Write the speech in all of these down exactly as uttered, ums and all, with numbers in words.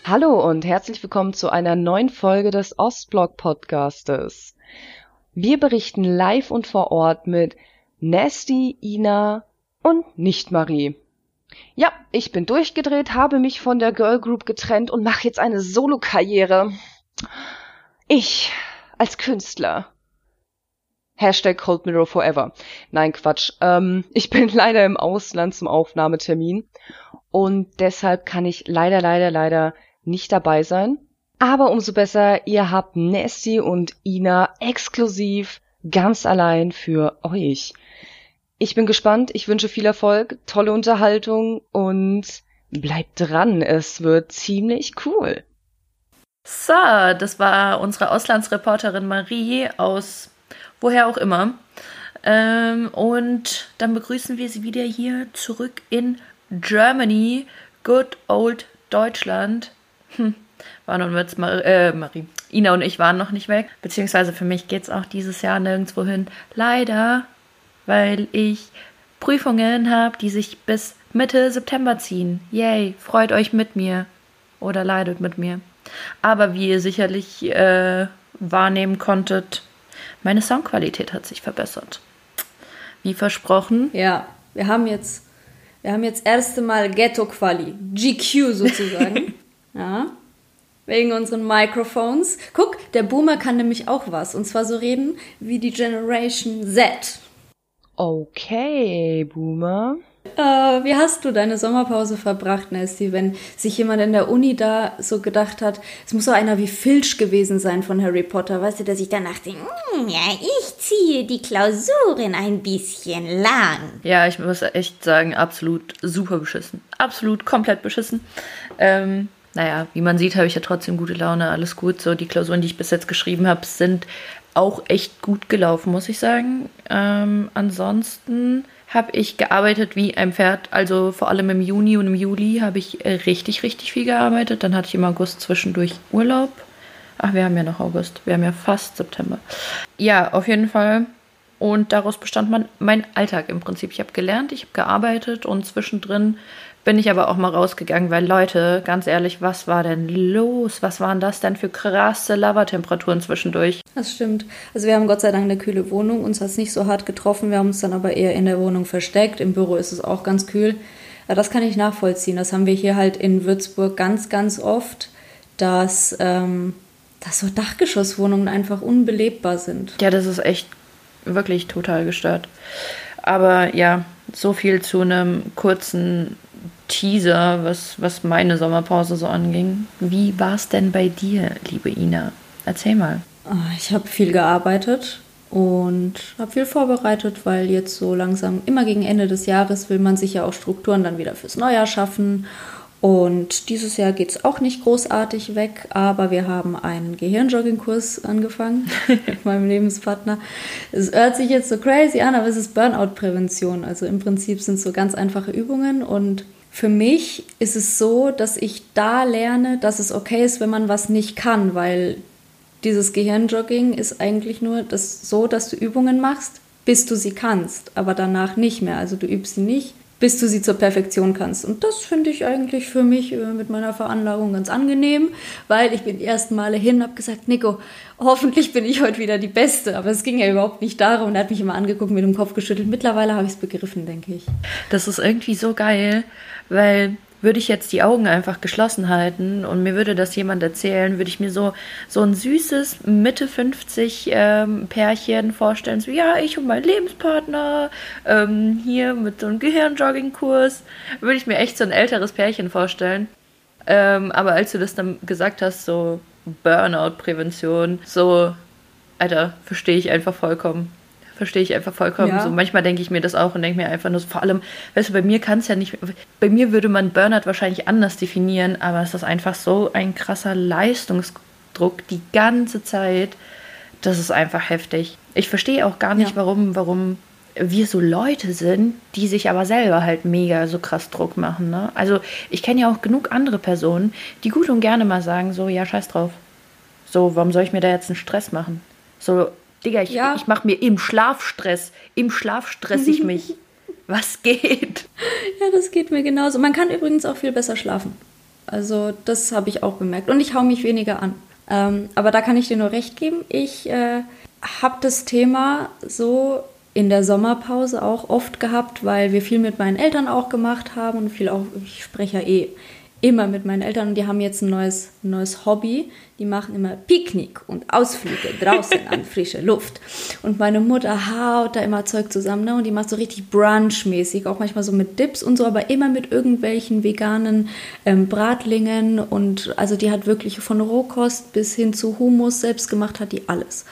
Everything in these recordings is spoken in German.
Hallo und herzlich willkommen zu einer neuen Folge des Ostblock-Podcastes. Wir berichten live und vor Ort mit Nasty, Ina und Nicht-Marie. Ja, ich bin durchgedreht, habe mich von der Girl Group getrennt und mache jetzt eine Solo-Karriere. Ich als Künstler. Hashtag Cold Mirror Forever. Nein, Quatsch. Ähm, ich bin leider im Ausland zum Aufnahmetermin und deshalb kann ich leider, leider, leider nicht dabei sein. Aber umso besser, ihr habt Nasty und Ina exklusiv ganz allein für euch. Ich bin gespannt, ich wünsche viel Erfolg, tolle Unterhaltung und bleibt dran, es wird ziemlich cool. So, das war unsere Auslandsreporterin Marie aus woher auch immer. Ähm, und dann begrüßen wir sie wieder hier zurück in Germany, good old Deutschland. Hm, waren und wird's Mar- äh, Marie. Ina und ich waren noch nicht weg. Beziehungsweise für mich geht's auch dieses Jahr nirgendwo hin. Leider, weil ich Prüfungen habe, die sich bis Mitte September ziehen. Yay, freut euch mit mir. Oder leidet mit mir. Aber wie ihr sicherlich äh, wahrnehmen konntet, meine Soundqualität hat sich verbessert. Wie versprochen. Ja, wir haben jetzt, wir haben jetzt erste Mal Ghetto-Quali. G Q sozusagen. Ja. Wegen unseren Microphones. Guck, der Boomer kann nämlich auch was. Und zwar so reden wie die Generation Z. Okay, Boomer. Äh, wie hast du deine Sommerpause verbracht, Nasty, wenn sich jemand in der Uni da so gedacht hat, es muss so einer wie Filch gewesen sein von Harry Potter, weißt du, der sich danach denkt, mm, ja, ich ziehe die Klausuren ein bisschen lang. Ja, ich muss echt sagen, absolut super beschissen. Absolut komplett beschissen. Ähm, naja, wie man sieht, habe ich ja trotzdem gute Laune, alles gut. So, die Klausuren, die ich bis jetzt geschrieben habe, sind auch echt gut gelaufen, muss ich sagen. Ähm, ansonsten habe ich gearbeitet wie ein Pferd, also vor allem im Juni und im Juli habe ich richtig, richtig viel gearbeitet. Dann hatte ich im August zwischendurch Urlaub. Ach, wir haben ja noch August, wir haben ja fast September. Ja, auf jeden Fall. Und daraus bestand man, mein Alltag im Prinzip. Ich habe gelernt, ich habe gearbeitet und zwischendrin bin ich aber auch mal rausgegangen, weil Leute, ganz ehrlich, was war denn los? Was waren das denn für krasse Lavatemperaturen zwischendurch? Das stimmt. Also wir haben Gott sei Dank eine kühle Wohnung, uns hat es nicht so hart getroffen, wir haben uns dann aber eher in der Wohnung versteckt. Im Büro ist es auch ganz kühl. Aber das kann ich nachvollziehen. Das haben wir hier halt in Würzburg ganz, ganz oft, dass, ähm, dass so Dachgeschosswohnungen einfach unbelebbar sind. Ja, das ist echt wirklich total gestört. Aber ja, so viel zu einem kurzen Teaser, was, was meine Sommerpause so anging. Wie war es denn bei dir, liebe Ina? Erzähl mal. Ich habe viel gearbeitet und habe viel vorbereitet, weil jetzt so langsam, immer gegen Ende des Jahres, will man sich ja auch Strukturen dann wieder fürs Neujahr schaffen. Und dieses Jahr geht es auch nicht großartig weg, aber wir haben einen Gehirnjogging-Kurs angefangen mit meinem Lebenspartner. Es hört sich jetzt so crazy an, aber es ist Burnout-Prävention. Also im Prinzip sind es so ganz einfache Übungen und für mich ist es so, dass ich da lerne, dass es okay ist, wenn man was nicht kann, weil dieses Gehirnjogging ist eigentlich nur das so, dass du Übungen machst, bis du sie kannst, aber danach nicht mehr. Also du übst sie nicht, bis du sie zur Perfektion kannst. Und das finde ich eigentlich für mich äh, mit meiner Veranlagung ganz angenehm, weil ich bin die ersten Male hin und habe gesagt, Nico, hoffentlich bin ich heute wieder die Beste. Aber es ging ja überhaupt nicht darum. Und er hat mich immer angeguckt, mit dem Kopf geschüttelt. Mittlerweile habe ich es begriffen, denke ich. Das ist irgendwie so geil, weil würde ich jetzt die Augen einfach geschlossen halten und mir würde das jemand erzählen, würde ich mir so, so ein süßes Mitte fünfzig ähm, Pärchen vorstellen, so ja, ich und mein Lebenspartner, ähm, hier mit so einem Gehirnjogging-Kurs, würde ich mir echt so ein älteres Pärchen vorstellen. Ähm, aber als du das dann gesagt hast, so Burnout-Prävention, so, Alter, verstehe ich einfach vollkommen. Verstehe ich einfach vollkommen. Ja. So, manchmal denke ich mir das auch und denke mir einfach nur, so, vor allem, weißt du, bei mir kann es ja nicht, bei mir würde man Burnout wahrscheinlich anders definieren, aber es ist einfach so ein krasser Leistungsdruck die ganze Zeit. Das ist einfach heftig. Ich verstehe auch gar nicht, ja. warum, warum wir so Leute sind, die sich aber selber halt mega so krass Druck machen. Ne? Also ich kenne ja auch genug andere Personen, die gut und gerne mal sagen, so, ja, scheiß drauf. So, warum soll ich mir da jetzt einen Stress machen? So, Digga, ich, ja. ich mache mir im Schlafstress, im Schlaf stress ich mich. Was geht? Ja, das geht mir genauso. Man kann übrigens auch viel besser schlafen. Also das habe ich auch bemerkt. Und ich hau mich weniger an. Ähm, aber da kann ich dir nur recht geben. Ich äh, habe das Thema so in der Sommerpause auch oft gehabt, weil wir viel mit meinen Eltern auch gemacht haben und viel auch, ich spreche ja eh immer mit meinen Eltern und die haben jetzt ein neues, ein neues Hobby. Die machen immer Picknick und Ausflüge draußen an frische Luft. Und meine Mutter haut da immer Zeug zusammen, ne? Und die macht so richtig brunchmäßig, auch manchmal so mit Dips und so, aber immer mit irgendwelchen veganen ähm, Bratlingen. Und also die hat wirklich von Rohkost bis hin zu Hummus selbst gemacht, hat die alles.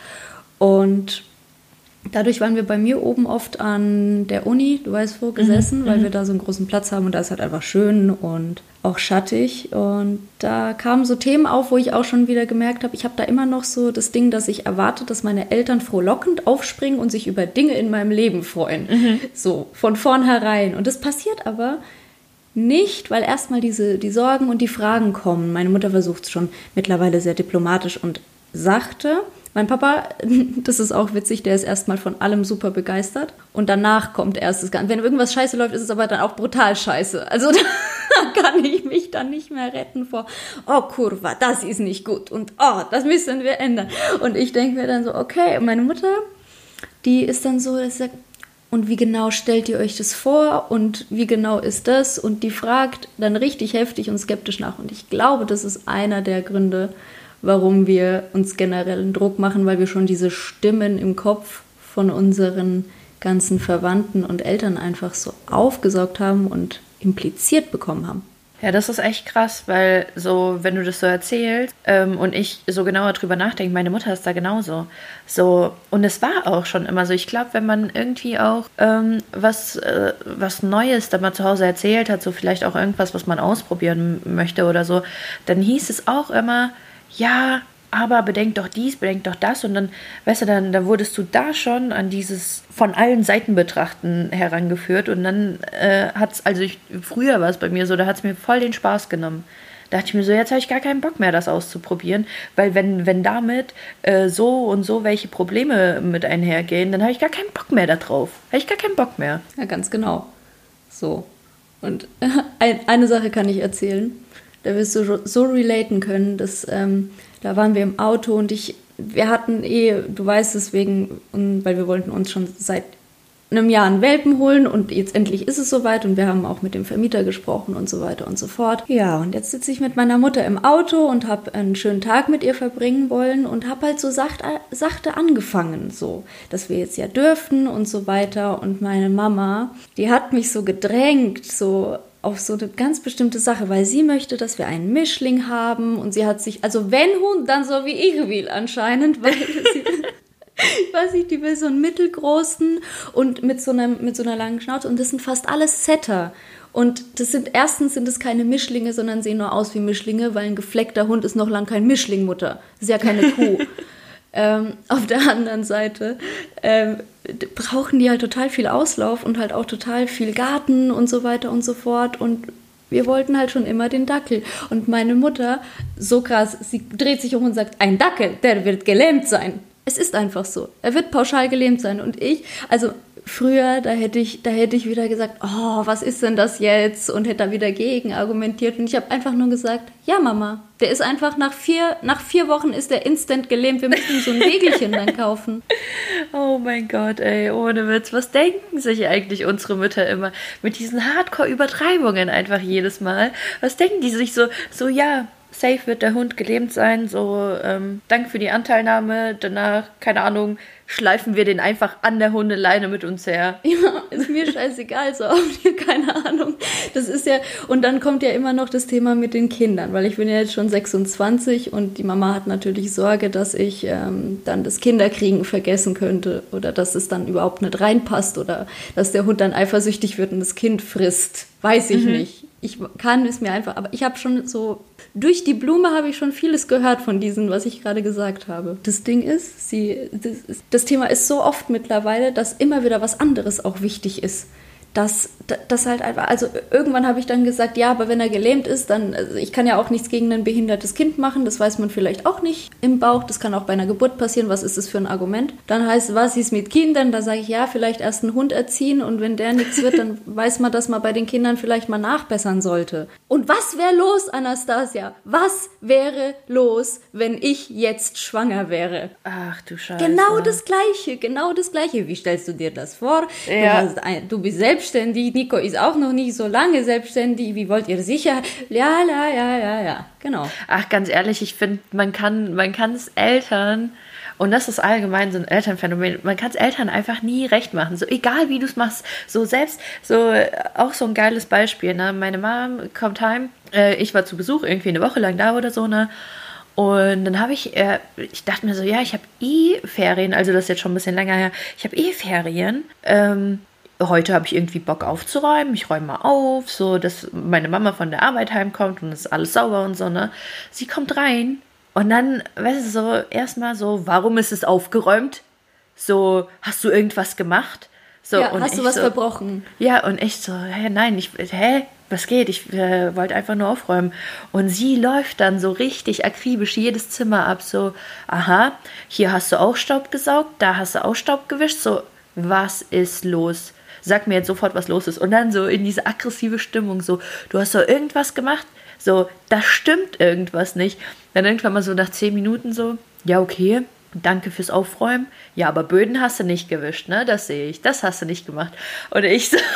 Und dadurch waren wir bei mir oben oft an der Uni, du weißt wo, gesessen, mhm, weil wir da so einen großen Platz haben und da ist halt einfach schön und auch schattig. Und da kamen so Themen auf, wo ich auch schon wieder gemerkt habe, ich habe da immer noch so das Ding, dass ich erwarte, dass meine Eltern frohlockend aufspringen und sich über Dinge in meinem Leben freuen. Mhm. So, von vornherein. Und das passiert aber nicht, weil erstmal diese, die Sorgen und die Fragen kommen. Meine Mutter versucht es schon mittlerweile sehr diplomatisch und sachte. Mein Papa, das ist auch witzig, der ist erstmal von allem super begeistert und danach kommt erst das Ganze. Wenn irgendwas scheiße läuft, ist es aber dann auch brutal scheiße. Also da kann ich mich dann nicht mehr retten vor, oh Kurva, das ist nicht gut und oh, das müssen wir ändern. Und ich denke mir dann so, okay, und meine Mutter, die ist dann so, dass sie sagt, und wie genau stellt ihr euch das vor und wie genau ist das? Und die fragt dann richtig heftig und skeptisch nach. Und ich glaube, das ist einer der Gründe, warum wir uns generell einen Druck machen, weil wir schon diese Stimmen im Kopf von unseren ganzen Verwandten und Eltern einfach so aufgesaugt haben und impliziert bekommen haben. Ja, das ist echt krass, weil so, wenn du das so erzählst ähm, und ich so genauer drüber nachdenke, meine Mutter ist da genauso. So, und es war auch schon immer so. Ich glaube, wenn man irgendwie auch ähm, was, äh, was Neues da mal zu Hause erzählt hat, so vielleicht auch irgendwas, was man ausprobieren möchte oder so, dann hieß es auch immer, ja, aber bedenk doch dies, bedenk doch das. Und dann, weißt du, dann, dann wurdest du da schon an dieses von allen Seiten betrachten herangeführt. Und dann äh, hat es, also ich, früher war es bei mir so, da hat es mir voll den Spaß genommen. Da dachte ich mir so, jetzt habe ich gar keinen Bock mehr, das auszuprobieren. Weil wenn, wenn damit äh, so und so welche Probleme mit einhergehen, dann habe ich gar keinen Bock mehr da drauf. Habe ich gar keinen Bock mehr. Ja, ganz genau. So. Und äh, ein, eine Sache kann ich erzählen. Da wirst du so relaten können, dass ähm, da waren wir im Auto und ich, wir hatten eh, du weißt es wegen, weil wir wollten uns schon seit einem Jahr einen Welpen holen und jetzt endlich ist es soweit und wir haben auch mit dem Vermieter gesprochen und so weiter und so fort. Ja, und jetzt sitze ich mit meiner Mutter im Auto und habe einen schönen Tag mit ihr verbringen wollen und habe halt so sacht, sachte angefangen, so, dass wir jetzt ja dürften und so weiter. Und meine Mama, die hat mich so gedrängt, so auf so eine ganz bestimmte Sache, weil sie möchte, dass wir einen Mischling haben und sie hat sich, also wenn Hund, dann so wie ich will anscheinend, weil sie, ich weiß nicht, die will so einen mittelgroßen und mit so einer, mit so einer langen Schnauze und das sind fast alles Setter. Und das sind, erstens sind es keine Mischlinge, sondern sehen nur aus wie Mischlinge, weil ein gefleckter Hund ist noch lang kein Mischlingmutter. Das ist ja keine Kuh. Ähm, auf der anderen Seite ähm, brauchen die halt total viel Auslauf und halt auch total viel Garten und so weiter und so fort. Und wir wollten halt schon immer den Dackel. Und meine Mutter, so krass, sie dreht sich um und sagt, ein Dackel, der wird gelähmt sein. Es ist einfach so. Er wird pauschal gelähmt sein. Und ich, also früher, da hätte ich, da hätte ich wieder gesagt, oh, was ist denn das jetzt? Und hätte da wieder gegen argumentiert. Und ich habe einfach nur gesagt, ja Mama, der ist einfach nach vier, nach vier Wochen ist der instant gelähmt. Wir müssen ihm so ein Wägelchen dann kaufen. Oh mein Gott, ey, ohne Witz. Was denken sich eigentlich unsere Mütter immer mit diesen Hardcore-Übertreibungen einfach jedes Mal? Was denken die sich so, so ja, safe wird der Hund gelähmt sein, so ähm, Dank für die Anteilnahme, danach, keine Ahnung, schleifen wir den einfach an der Hundeleine mit uns her. Ja, ist mir scheißegal, so auf dir, keine Ahnung. Das ist ja, und dann kommt ja immer noch das Thema mit den Kindern, weil ich bin ja jetzt schon sechsundzwanzig und die Mama hat natürlich Sorge, dass ich ähm, dann das Kinderkriegen vergessen könnte oder dass es dann überhaupt nicht reinpasst oder dass der Hund dann eifersüchtig wird und das Kind frisst. Weiß ich mhm. nicht. Ich kann es mir einfach, aber ich habe schon so, durch die Blume habe ich schon vieles gehört von diesen, was ich gerade gesagt habe. Das Ding ist, sie, das, das Thema ist so oft mittlerweile, dass immer wieder was anderes auch wichtig ist. dass das halt einfach, also irgendwann habe ich dann gesagt, ja, aber wenn er gelähmt ist, dann, also ich kann ja auch nichts gegen ein behindertes Kind machen, das weiß man vielleicht auch nicht im Bauch, das kann auch bei einer Geburt passieren, was ist das für ein Argument? Dann heißt, was ist mit Kindern? Da sage ich, ja, vielleicht erst einen Hund erziehen und wenn der nichts wird, dann weiß man, dass man bei den Kindern vielleicht mal nachbessern sollte. Und was wäre los, Anastasia? Was wäre los, wenn ich jetzt schwanger wäre? Ach du Scheiße. Genau das Gleiche, genau das Gleiche. Wie stellst du dir das vor? Ja. Du, hast ein, du bist selbstständig, Nico ist auch noch nicht so lange selbstständig. Wie wollt ihr sicher? Ja, ja, ja, ja, ja, genau. Ach, ganz ehrlich, ich finde, man kann man kann es Eltern, und das ist allgemein so ein Elternphänomen, man kann es Eltern einfach nie recht machen. So egal, wie du es machst. So selbst, so auch so ein geiles Beispiel, ne? Meine Mom kommt heim, äh, ich war zu Besuch, irgendwie eine Woche lang da oder so, ne? Und dann habe ich, äh, ich dachte mir so, ja, ich habe eh Ferien, also das ist jetzt schon ein bisschen länger her, ich habe eh Ferien, ähm, heute habe ich irgendwie Bock aufzuräumen, ich räume mal auf, so, dass meine Mama von der Arbeit heimkommt und es ist alles sauber und so, ne. Sie kommt rein und dann, weißt du, so, erstmal so, warum ist es aufgeräumt? So, hast du irgendwas gemacht? So, ja, und hast du ich was so, verbrochen? Ja, und ich so, hä, nein, ich, hä, was geht? Ich äh, wollte einfach nur aufräumen. Und sie läuft dann so richtig akribisch jedes Zimmer ab, so, aha, hier hast du auch Staub gesaugt, da hast du auch Staub gewischt, so, was ist los? Sag mir jetzt sofort, was los ist. Und dann so in diese aggressive Stimmung, so, du hast doch irgendwas gemacht, so, da stimmt irgendwas nicht. Dann irgendwann mal so nach zehn Minuten so, ja, okay, danke fürs Aufräumen. Ja, aber Böden hast du nicht gewischt, ne? Das sehe ich, das hast du nicht gemacht. Und ich so,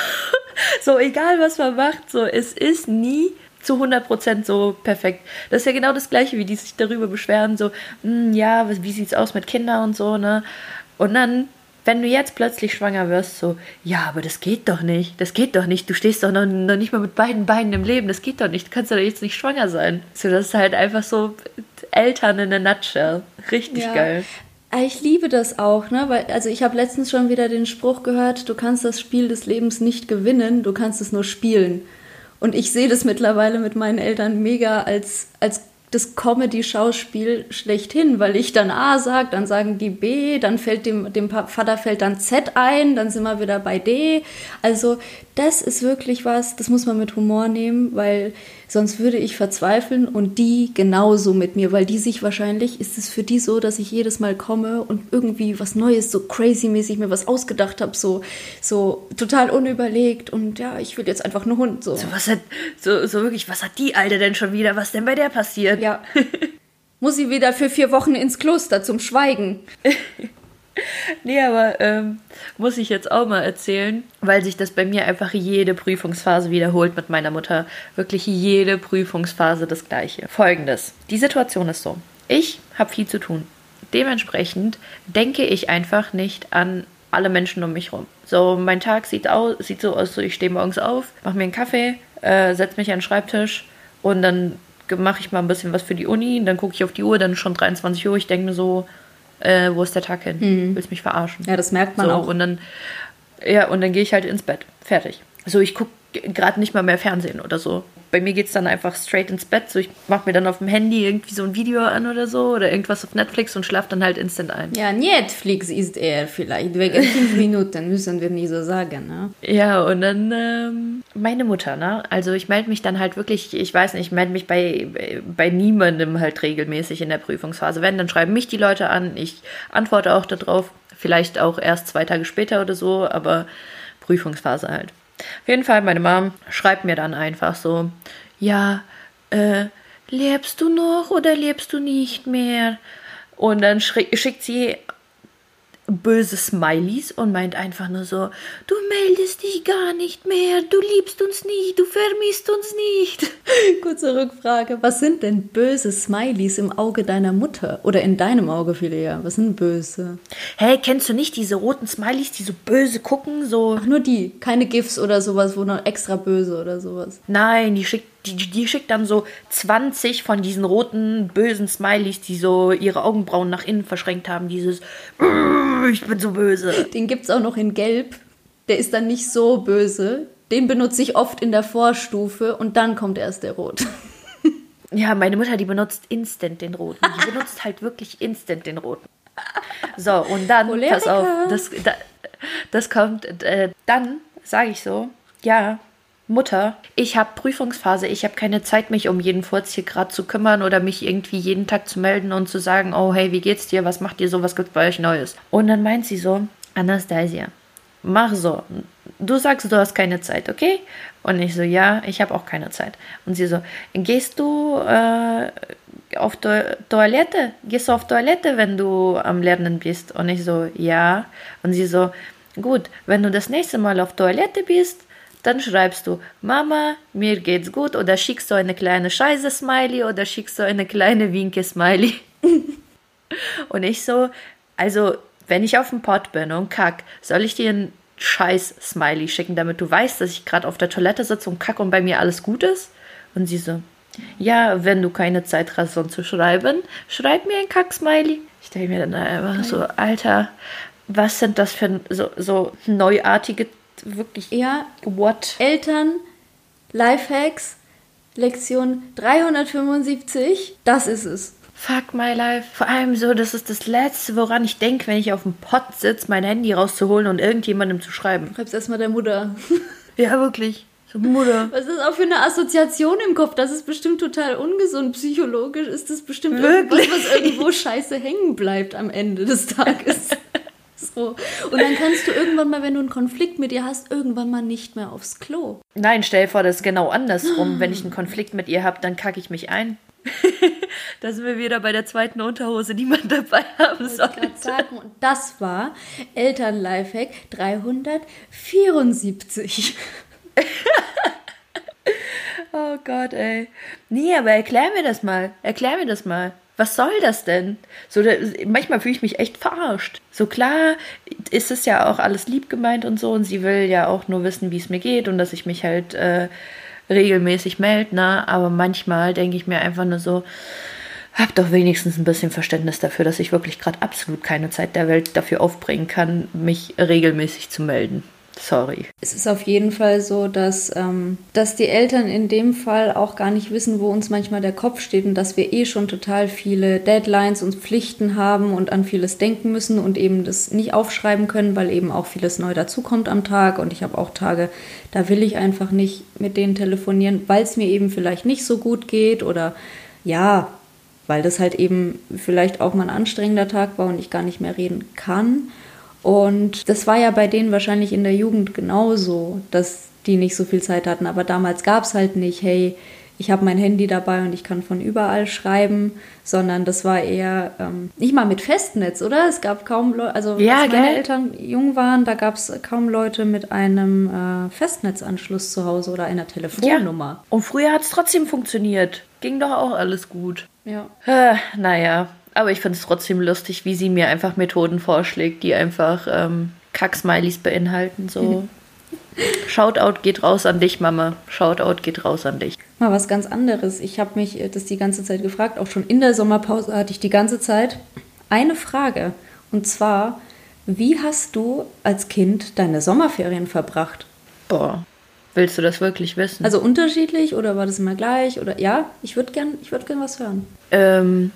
so egal was man macht, so, es ist nie zu hundert Prozent so perfekt. Das ist ja genau das Gleiche, wie die sich darüber beschweren, so, hm, ja, wie sieht's aus mit Kindern und so, ne? Und dann, wenn du jetzt plötzlich schwanger wirst, so, ja, aber das geht doch nicht, das geht doch nicht, du stehst doch noch, noch nicht mal mit beiden Beinen im Leben, das geht doch nicht, du kannst doch jetzt nicht schwanger sein. So, das ist halt einfach so Eltern in a nutshell. Richtig Ja. geil. Ich liebe das auch, ne? Weil, also ich habe letztens schon wieder den Spruch gehört, du kannst das Spiel des Lebens nicht gewinnen, du kannst es nur spielen. Und ich sehe das mittlerweile mit meinen Eltern mega als, als das Comedy-Schauspiel schlechthin, weil ich dann A sage, dann sagen die B, dann fällt dem, dem Vater fällt dann Z ein, dann sind wir wieder bei D. Also das ist wirklich was, das muss man mit Humor nehmen, weil sonst würde ich verzweifeln und die genauso mit mir, weil die sich wahrscheinlich, ist es für die so, dass ich jedes Mal komme und irgendwie was Neues, so crazy-mäßig mir was ausgedacht habe, so, so total unüberlegt und ja, ich will jetzt einfach einen Hund. So, So, was hat, so, so wirklich, was hat die Alte denn schon wieder? Was denn bei der passiert? Ja. Muss sie wieder für vier Wochen ins Kloster zum Schweigen. Nee, aber ähm, muss ich jetzt auch mal erzählen, weil sich das bei mir einfach jede Prüfungsphase wiederholt mit meiner Mutter. Wirklich jede Prüfungsphase das Gleiche. Folgendes. Die Situation ist so. Ich habe viel zu tun. Dementsprechend denke ich einfach nicht an alle Menschen um mich rum. So, mein Tag sieht, aus, sieht so aus, so ich stehe morgens auf, mache mir einen Kaffee, äh, setze mich an den Schreibtisch und dann mache ich mal ein bisschen was für die Uni. Dann gucke ich auf die Uhr, dann ist schon dreiundzwanzig Uhr. Ich denke mir so, Äh, wo ist der Tag hin? Mhm. Willst mich verarschen? Ja, das merkt man so, auch. Und dann, ja, und dann gehe ich halt ins Bett. Fertig. So, ich gucke gerade nicht mal mehr Fernsehen oder so. Bei mir geht es dann einfach straight ins Bett. So, ich mache mir dann auf dem Handy irgendwie so ein Video an oder so oder irgendwas auf Netflix und schlafe dann halt instant ein. Ja, Netflix ist er vielleicht. Wegen fünf Minuten müssen wir nie so sagen, ne? Ja, und dann ähm, meine Mutter, ne? Also ich melde mich dann halt wirklich, ich weiß nicht, ich melde mich bei, bei niemandem halt regelmäßig in der Prüfungsphase. Wenn, dann schreiben mich die Leute an, ich antworte auch darauf. Vielleicht auch erst zwei Tage später oder so, aber Prüfungsphase halt. Auf jeden Fall, meine Mom schreibt mir dann einfach so, ja, äh, lebst du noch oder lebst du nicht mehr? Und dann schickt sie böse Smileys und meint einfach nur so, du meldest dich gar nicht mehr, du liebst uns nicht, du vermisst uns nicht. Kurze Rückfrage, was sind denn böse Smileys im Auge deiner Mutter? Oder in deinem Auge viel eher, was sind böse? Hey, kennst du nicht diese roten Smileys, die so böse gucken, so? Ach, nur die, keine GIFs oder sowas, wo noch extra böse oder sowas. Nein, die schickt Die, die schickt dann so zwanzig von diesen roten, bösen Smileys, die so ihre Augenbrauen nach innen verschränkt haben. Dieses, ich bin so böse. Den gibt's auch noch in Gelb. Der ist dann nicht so böse. Den benutze ich oft in der Vorstufe und dann kommt erst der Rot. Ja, meine Mutter, die benutzt instant den roten. Die benutzt halt wirklich instant den roten. So, und dann, Choleriker. pass auf, das, das kommt, äh, dann sage ich so, ja, Mutter, ich habe Prüfungsphase, ich habe keine Zeit, mich um jeden Furz hier gerade zu kümmern oder mich irgendwie jeden Tag zu melden und zu sagen, oh hey, wie geht's dir, was macht ihr so, was gibt's bei euch Neues? Und dann meint sie so, Anastasia, mach so, du sagst, du hast keine Zeit, okay? Und ich so, ja, ich habe auch keine Zeit. Und sie so, gehst du äh, auf to- Toilette? Gehst du auf Toilette, wenn du am Lernen bist? Und ich so, ja. Und sie so, gut, wenn du das nächste Mal auf Toilette bist, dann schreibst du, Mama, mir geht's gut, oder schickst du eine kleine Scheiße-Smiley oder schickst du eine kleine Winke-Smiley. Und ich so, also, wenn ich auf dem Pott bin und kack, soll ich dir einen Scheiß-Smiley schicken, damit du weißt, dass ich gerade auf der Toilette sitze und kack und bei mir alles gut ist? Und sie so, ja, wenn du keine Zeit hast, sonst zu schreiben, schreib mir ein Kack-Smiley. Ich denke mir dann einfach so, Alter, was sind das für so, so neuartige, wirklich, Ja, what? Eltern, Lifehacks, Lektion dreihundertfünfundsiebzig, das ist es. Fuck my life. Vor allem so, das ist das Letzte, woran ich denke, wenn ich auf dem Pott sitze, mein Handy rauszuholen und irgendjemandem zu schreiben. Schreib's erstmal der Mutter. Ja, wirklich. So, Mutter. Was ist das auch für eine Assoziation im Kopf? Das ist bestimmt total ungesund. Psychologisch ist das bestimmt Wirklich? irgendwas, was irgendwo scheiße hängen bleibt am Ende des Tages. So. Und dann kannst du irgendwann mal, wenn du einen Konflikt mit ihr hast, irgendwann mal nicht mehr aufs Klo. Nein, stell dir vor, das ist genau andersrum. Wenn ich einen Konflikt mit ihr habe, dann kacke ich mich ein. Da sind wir wieder bei der zweiten Unterhose, die man dabei haben Wollte ich sollte. gerade sagen. Und das war Eltern-Lifehack dreihundertvierundsiebzig. Oh Gott, ey. Nee, aber erklär mir das mal. Erklär mir das mal. Was soll das denn? So, da, manchmal fühle ich mich echt verarscht. So klar ist es ja auch alles lieb gemeint und so. Und sie will ja auch nur wissen, wie es mir geht und dass ich mich halt äh, regelmäßig melde. Ne? Aber manchmal denke ich mir einfach nur so, hab doch wenigstens ein bisschen Verständnis dafür, dass ich wirklich gerade absolut keine Zeit der Welt dafür aufbringen kann, mich regelmäßig zu melden. Sorry. Es ist auf jeden Fall so, dass, ähm, dass die Eltern in dem Fall auch gar nicht wissen, wo uns manchmal der Kopf steht und dass wir eh schon total viele Deadlines und Pflichten haben und an vieles denken müssen und eben das nicht aufschreiben können, weil eben auch vieles neu dazukommt am Tag. Und ich habe auch Tage, da will ich einfach nicht mit denen telefonieren, weil es mir eben vielleicht nicht so gut geht oder ja, weil das halt eben vielleicht auch mal ein anstrengender Tag war und ich gar nicht mehr reden kann. Und das war ja bei denen wahrscheinlich in der Jugend genauso, dass die nicht so viel Zeit hatten. Aber damals gab es halt nicht, hey, ich habe mein Handy dabei und ich kann von überall schreiben, sondern das war eher ähm, nicht mal mit Festnetz, oder? Es gab kaum Leute, also ja, als meine gell? Eltern jung waren, da gab es kaum Leute mit einem äh, Festnetzanschluss zu Hause oder einer Telefonnummer. Ja. Und früher hat es trotzdem funktioniert. Ging doch auch alles gut. Ja. Äh, naja, aber ich finde es trotzdem lustig, wie sie mir einfach Methoden vorschlägt, die einfach ähm, Kack-Smileys beinhalten. So. Shoutout geht raus an dich, Mama. Shoutout geht raus an dich. Mal was ganz anderes. Ich habe mich das die ganze Zeit gefragt, auch schon in der Sommerpause hatte ich die ganze Zeit eine Frage. Und zwar, wie hast du als Kind deine Sommerferien verbracht? Boah, willst du das wirklich wissen? Also unterschiedlich oder war das immer gleich? Oder ja, ich würde gern, ich würd gern was hören. Ähm,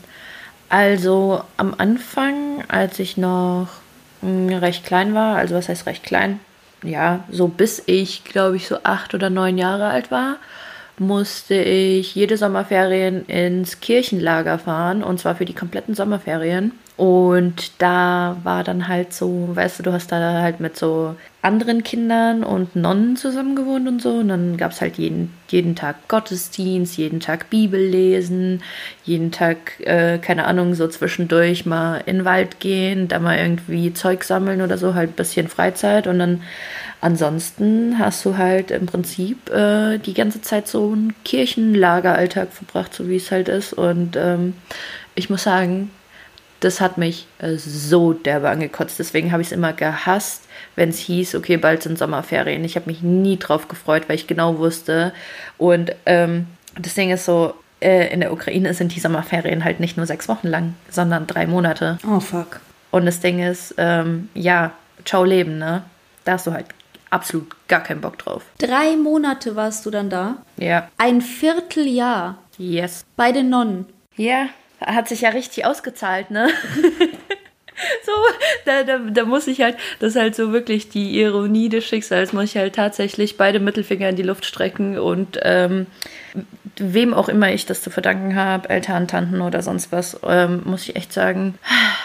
also am Anfang, als ich noch mh, recht klein war, also was heißt recht klein? Ja, so bis ich, glaube ich, so acht oder neun Jahre alt war, musste ich jede Sommerferien ins Kirchenlager fahren, und zwar für die kompletten Sommerferien. Und da war dann halt so, weißt du, du hast da halt mit so anderen Kindern und Nonnen zusammen gewohnt und so. Und dann gab es halt jeden, jeden Tag Gottesdienst, jeden Tag Bibel lesen, jeden Tag, äh, keine Ahnung, so zwischendurch mal in den Wald gehen, da mal irgendwie Zeug sammeln oder so, halt ein bisschen Freizeit. Und dann ansonsten hast du halt im Prinzip äh, die ganze Zeit so einen Kirchenlageralltag verbracht, so wie es halt ist. Und ähm, ich muss sagen, das hat mich äh, so derbe angekotzt. Deswegen habe ich es immer gehasst, wenn es hieß, okay, bald sind Sommerferien. Ich habe mich nie drauf gefreut, weil ich genau wusste. Und ähm, das Ding ist so, äh, in der Ukraine sind die Sommerferien halt nicht nur sechs Wochen lang, sondern drei Monate. Oh, fuck. Und das Ding ist, ähm, ja, ciao Leben, ne? Da hast du halt absolut gar keinen Bock drauf. Drei Monate warst du dann da? Ja. Ein Vierteljahr Yes. bei den Nonnen. Ja, hat sich ja richtig ausgezahlt, ne? So, da, da, da muss ich halt, das ist halt so wirklich die Ironie des Schicksals, muss ich halt tatsächlich beide Mittelfinger in die Luft strecken und ähm, wem auch immer ich das zu verdanken habe, Eltern, Tanten oder sonst was, ähm, muss ich echt sagen,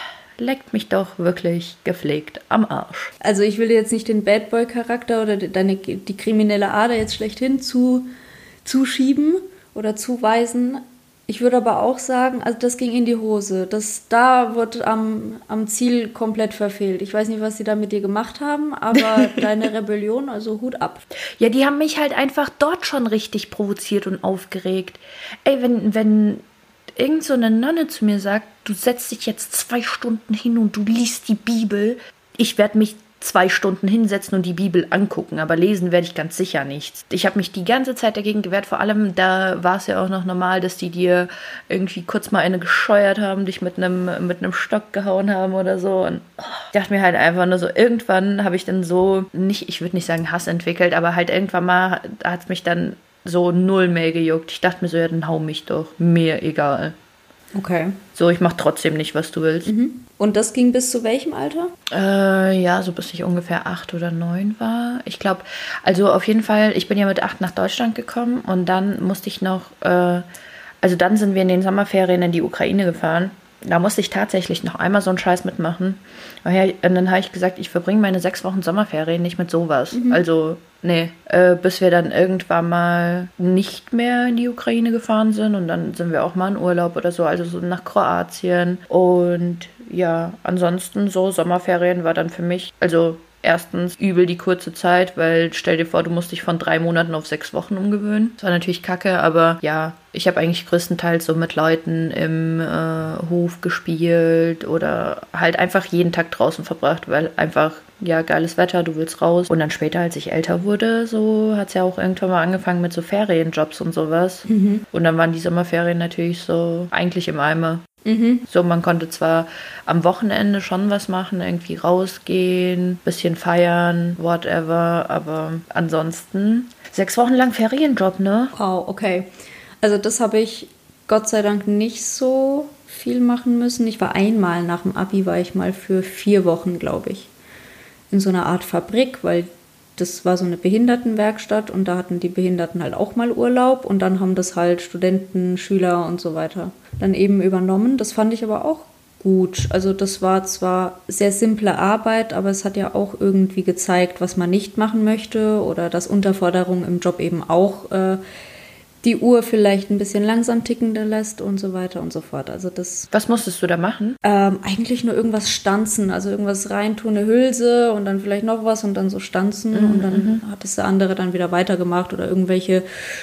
leckt mich doch wirklich gepflegt am Arsch. Also ich will jetzt nicht den Bad Boy Charakter oder deine, die kriminelle Ader jetzt schlechthin zu, zuschieben oder zuweisen. Ich würde aber auch sagen, also das ging in die Hose. Das, da wird am, am Ziel komplett verfehlt. Ich weiß nicht, was sie da mit dir gemacht haben, aber deine Rebellion, also Hut ab. Ja, die haben mich halt einfach dort schon richtig provoziert und aufgeregt. Ey, wenn, wenn irgend so eine Nonne zu mir sagt, du setzt dich jetzt zwei Stunden hin und du liest die Bibel, ich werde mich zwei Stunden hinsetzen und die Bibel angucken, aber lesen werde ich ganz sicher nicht. Ich habe mich die ganze Zeit dagegen gewehrt, vor allem da war es ja auch noch normal, dass die dir irgendwie kurz mal eine gescheuert haben, dich mit einem mit einem Stock gehauen haben oder so und oh, ich dachte mir halt einfach nur so, irgendwann habe ich dann so, nicht, ich würde nicht sagen Hass entwickelt, aber halt irgendwann mal hat es mich dann so null mehr gejuckt. Ich dachte mir so, ja, dann hau mich doch, mir egal. Okay. So, ich mach trotzdem nicht, was du willst. Mhm. Und das ging bis zu welchem Alter? Äh, ja, so bis ich ungefähr acht oder neun war. Ich glaube, also auf jeden Fall, ich bin ja mit acht nach Deutschland gekommen und dann musste ich noch, äh, also dann sind wir in den Sommerferien in die Ukraine gefahren. Da musste ich tatsächlich noch einmal so einen Scheiß mitmachen. Und dann habe ich gesagt, ich verbringe meine sechs Wochen Sommerferien nicht mit sowas. Mhm. Also, nee. Äh, bis wir dann irgendwann mal nicht mehr in die Ukraine gefahren sind. Und dann sind wir auch mal in Urlaub oder so. Also so nach Kroatien. Und ja, ansonsten so Sommerferien war dann für mich, also erstens übel die kurze Zeit, weil stell dir vor, du musst dich von drei Monaten auf sechs Wochen umgewöhnen. Das war natürlich kacke, aber ja, ich habe eigentlich größtenteils so mit Leuten im äh, Hof gespielt oder halt einfach jeden Tag draußen verbracht, weil einfach, ja, geiles Wetter, du willst raus. Und dann später, als ich älter wurde, so hat es ja auch irgendwann mal angefangen mit so Ferienjobs und sowas. Mhm. Und dann waren die Sommerferien natürlich so eigentlich im Eimer. Mhm. So, man konnte zwar am Wochenende schon was machen, irgendwie rausgehen, bisschen feiern, whatever, aber ansonsten sechs Wochen lang Ferienjob, ne? Wow, okay. Also das habe ich Gott sei Dank nicht so viel machen müssen. Ich war einmal nach dem Abi, war ich mal für vier Wochen, glaube ich, in so einer Art Fabrik, weil das war so eine Behindertenwerkstatt und da hatten die Behinderten halt auch mal Urlaub und dann haben das halt Studenten, Schüler und so weiter dann eben übernommen. Das fand ich aber auch gut. Also das war zwar sehr simple Arbeit, aber es hat ja auch irgendwie gezeigt, was man nicht machen möchte oder dass Unterforderung im Job eben auch äh, die Uhr vielleicht ein bisschen langsam ticken lässt und so weiter und so fort. Also das. Was musstest du da machen? Ähm, eigentlich nur irgendwas stanzen, also irgendwas reintun, eine Hülse und dann vielleicht noch was und dann so stanzen mhm, und dann hat es der andere dann wieder weitergemacht oder irgendwelche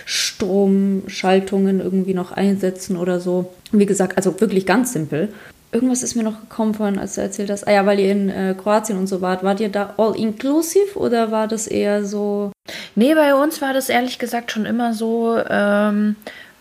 Stromschaltungen irgendwie noch einsetzen oder so. Wie gesagt, also wirklich ganz simpel. Irgendwas ist mir noch gekommen vorhin, als du erzählt hast. Ah ja, weil ihr in äh, Kroatien und so wart. Wart ihr da all-inclusive oder war das eher so? Nee, bei uns war das ehrlich gesagt schon immer so, ähm,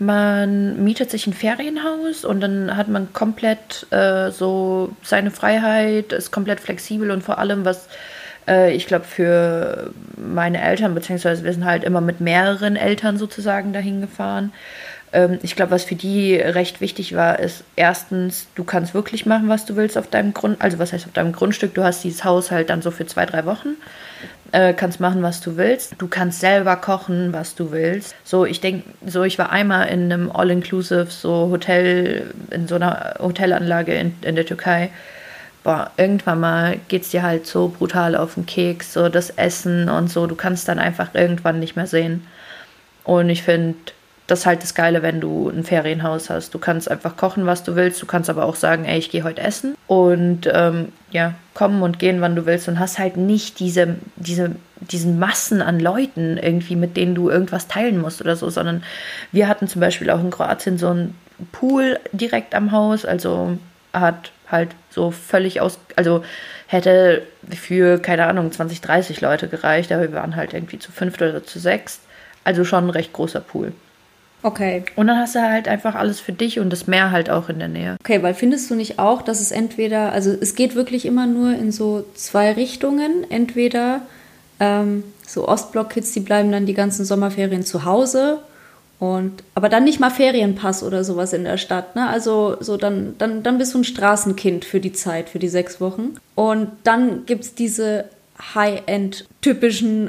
man mietet sich ein Ferienhaus und dann hat man komplett äh, so seine Freiheit, ist komplett flexibel und vor allem, was äh, ich glaube für meine Eltern, beziehungsweise wir sind halt immer mit mehreren Eltern sozusagen dahin gefahren. Ich glaube, was für die recht wichtig war, ist erstens, du kannst wirklich machen, was du willst auf deinem Grund, also was heißt auf deinem Grundstück, du hast dieses Haus halt dann so für zwei, drei Wochen, äh, kannst machen, was du willst, du kannst selber kochen, was du willst. So, ich denke, so ich war einmal in einem All-Inclusive, so Hotel, in so einer Hotelanlage in, in der Türkei. Boah, irgendwann mal geht's dir halt so brutal auf den Keks, so das Essen und so, du kannst dann einfach irgendwann nicht mehr sehen. Und ich finde, das ist halt das Geile, wenn du ein Ferienhaus hast. Du kannst einfach kochen, was du willst. Du kannst aber auch sagen, ey, ich gehe heute essen. Und ähm, ja, kommen und gehen, wann du willst. Und hast halt nicht diese, diese, diesen Massen an Leuten irgendwie, mit denen du irgendwas teilen musst oder so. Sondern wir hatten zum Beispiel auch in Kroatien so einen Pool direkt am Haus. Also hat halt so völlig aus... Also hätte für, keine Ahnung, zwanzig, dreißig Leute gereicht. Aber wir waren halt irgendwie zu fünft oder zu sechst. Also schon ein recht großer Pool. Okay. Und dann hast du halt einfach alles für dich und das Meer halt auch in der Nähe. Okay, weil findest du nicht auch, dass es entweder, also es geht wirklich immer nur in so zwei Richtungen. Entweder ähm, so Ostblock-Kids, die bleiben dann die ganzen Sommerferien zu Hause Und, aber dann nicht mal Ferienpass oder sowas in der Stadt, ne? Also so dann, dann, dann bist du ein Straßenkind für die Zeit, für die sechs Wochen. Und dann gibt's diese High-End-typischen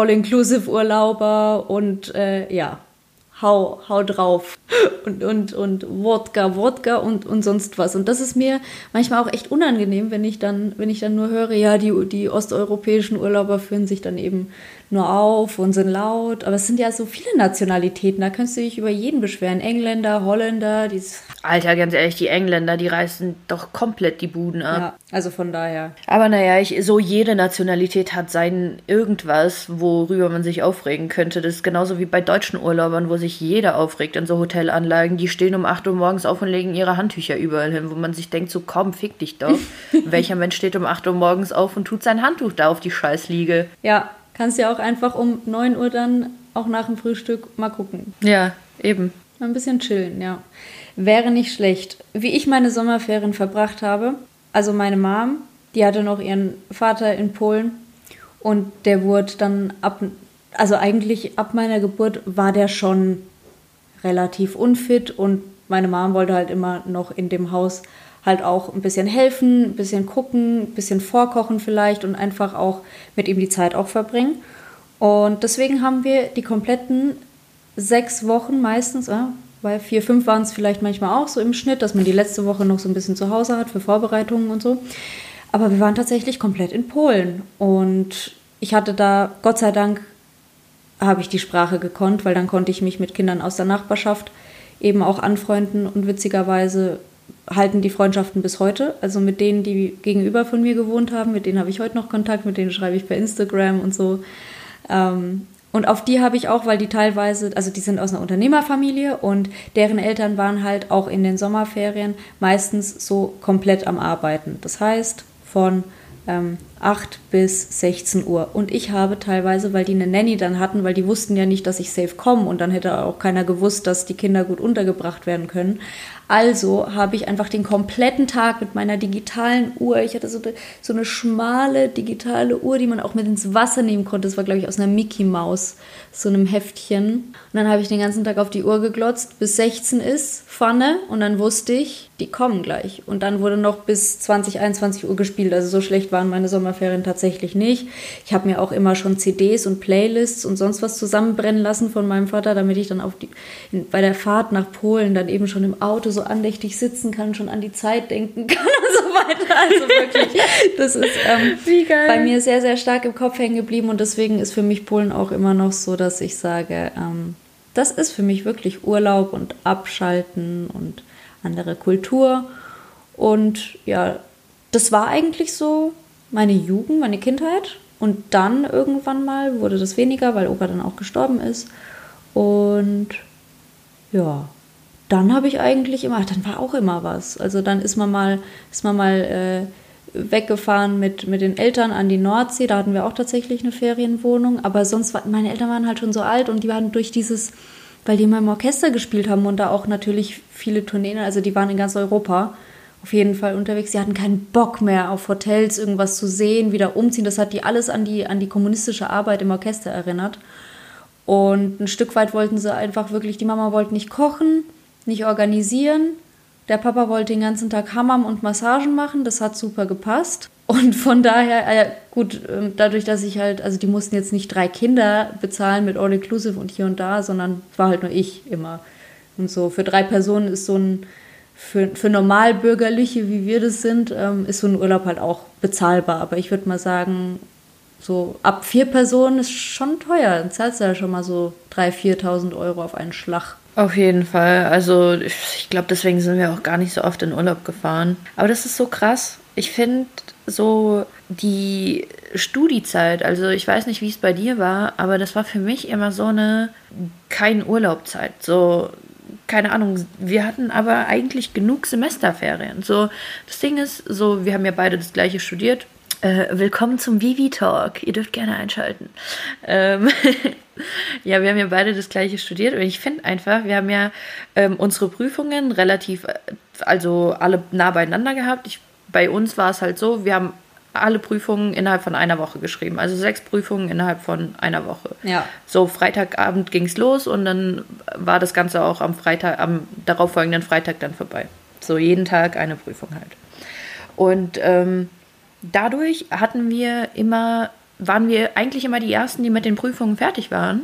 All-Inclusive-Urlauber und äh, ja, hau, hau drauf und, und, und Wodka, Wodka und, und sonst was. Und das ist mir manchmal auch echt unangenehm, wenn ich dann, wenn ich dann nur höre, ja, die, die osteuropäischen Urlauber führen sich dann eben nur auf und sind laut. Aber es sind ja so viele Nationalitäten, da kannst du dich über jeden beschweren. Engländer, Holländer, dieses... Alter, ganz ehrlich, die Engländer, die reißen doch komplett die Buden ab. Ja, also von daher. Aber naja, ich, so jede Nationalität hat sein irgendwas, worüber man sich aufregen könnte. Das ist genauso wie bei deutschen Urlaubern, wo sich jeder aufregt in so Hotelanlagen. Die stehen um acht Uhr morgens auf und legen ihre Handtücher überall hin, wo man sich denkt, so komm, fick dich doch. Welcher Mensch steht um acht Uhr morgens auf und tut sein Handtuch da auf die Scheißliege? Ja, kannst ja auch einfach um neun Uhr dann auch nach dem Frühstück mal gucken. Ja, eben. Mal ein bisschen chillen, ja. Wäre nicht schlecht. Wie ich meine Sommerferien verbracht habe, also meine Mom, die hatte noch ihren Vater in Polen und der wurde dann ab, also eigentlich ab meiner Geburt war der schon relativ unfit und meine Mom wollte halt immer noch in dem Haus halt auch ein bisschen helfen, ein bisschen gucken, ein bisschen vorkochen vielleicht und einfach auch mit ihm die Zeit auch verbringen. Und deswegen haben wir die kompletten sechs Wochen meistens, äh, weil vier, fünf waren es vielleicht manchmal auch so im Schnitt, dass man die letzte Woche noch so ein bisschen zu Hause hat für Vorbereitungen und so. Aber wir waren tatsächlich komplett in Polen und ich hatte da, Gott sei Dank, habe ich die Sprache gekonnt, weil dann konnte ich mich mit Kindern aus der Nachbarschaft eben auch anfreunden und witzigerweise halten die Freundschaften bis heute. Also mit denen, die gegenüber von mir gewohnt haben, mit denen habe ich heute noch Kontakt, mit denen schreibe ich per Instagram und so. Ähm, Und auf die habe ich auch, weil die teilweise, also die sind aus einer Unternehmerfamilie und deren Eltern waren halt auch in den Sommerferien meistens so komplett am Arbeiten. Das heißt von ähm, acht bis sechzehn Uhr. Und ich habe teilweise, weil die eine Nanny dann hatten, weil die wussten ja nicht, dass ich safe komme und dann hätte auch keiner gewusst, dass die Kinder gut untergebracht werden können. Also habe ich einfach den kompletten Tag mit meiner digitalen Uhr, ich hatte so eine, so eine schmale digitale Uhr, die man auch mit ins Wasser nehmen konnte. Das war, glaube ich, aus einer Mickey Maus, so einem Heftchen. Und dann habe ich den ganzen Tag auf die Uhr geglotzt, bis sechzehn ist, Pfanne. Und dann wusste ich, die kommen gleich. Und dann wurde noch bis zwanzig, einundzwanzig Uhr gespielt. Also so schlecht waren meine Sommerferien tatsächlich nicht. Ich habe mir auch immer schon C Ds und Playlists und sonst was zusammenbrennen lassen von meinem Vater, damit ich dann auf die, in, bei der Fahrt nach Polen dann eben schon im Auto so andächtig sitzen kann, schon an die Zeit denken kann und so weiter. Also wirklich, das ist ähm, Wie geil. Bei mir sehr, sehr stark im Kopf hängen geblieben und deswegen ist für mich Polen auch immer noch so, dass ich sage, ähm, das ist für mich wirklich Urlaub und Abschalten und andere Kultur und ja, das war eigentlich so meine Jugend, meine Kindheit und dann irgendwann mal wurde das weniger, weil Opa dann auch gestorben ist und ja, dann habe ich eigentlich immer, dann war auch immer was. Also dann ist man mal, ist man mal äh, weggefahren mit, mit den Eltern an die Nordsee. Da hatten wir auch tatsächlich eine Ferienwohnung. Aber sonst, war, meine Eltern waren halt schon so alt und die waren durch dieses, weil die immer im Orchester gespielt haben und da auch natürlich viele Tourneen, also die waren in ganz Europa auf jeden Fall unterwegs. Sie hatten keinen Bock mehr auf Hotels, irgendwas zu sehen, wieder umziehen. Das hat die alles an die, an die kommunistische Arbeit im Orchester erinnert. Und ein Stück weit wollten sie einfach wirklich, die Mama wollte nicht kochen, nicht organisieren. Der Papa wollte den ganzen Tag Hammam und Massagen machen. Das hat super gepasst. Und von daher, äh, gut, äh, dadurch, dass ich halt, also die mussten jetzt nicht drei Kinder bezahlen mit All-Inclusive und hier und da, sondern war halt nur ich immer. Und so für drei Personen ist so ein, für, für Normalbürgerliche, wie wir das sind, ähm, ist so ein Urlaub halt auch bezahlbar. Aber ich würde mal sagen, so ab vier Personen ist schon teuer. Dann zahlst du ja schon mal so dreitausend, viertausend Euro auf einen Schlag. Auf jeden Fall. Also ich glaube, deswegen sind wir auch gar nicht so oft in Urlaub gefahren. Aber das ist so krass. Ich finde so die Studiezeit, also ich weiß nicht, wie es bei dir war, aber das war für mich immer so eine kein Urlaubzeit. So, keine Ahnung, wir hatten aber eigentlich genug Semesterferien. So, das Ding ist, so, wir haben ja beide das Gleiche studiert. Äh, willkommen zum Vivi Talk. Ihr dürft gerne einschalten. Ähm, ja, wir haben ja beide das Gleiche studiert und ich finde einfach, wir haben ja ähm, unsere Prüfungen relativ, also alle nah beieinander gehabt. Ich, bei uns war es halt so, wir haben alle Prüfungen innerhalb von einer Woche geschrieben. Also sechs Prüfungen innerhalb von einer Woche. Ja. So, Freitagabend ging es los und dann war das Ganze auch am Freitag, am darauffolgenden Freitag dann vorbei. So, jeden Tag eine Prüfung halt. Und ähm, dadurch hatten wir immer, waren wir eigentlich immer die Ersten, die mit den Prüfungen fertig waren.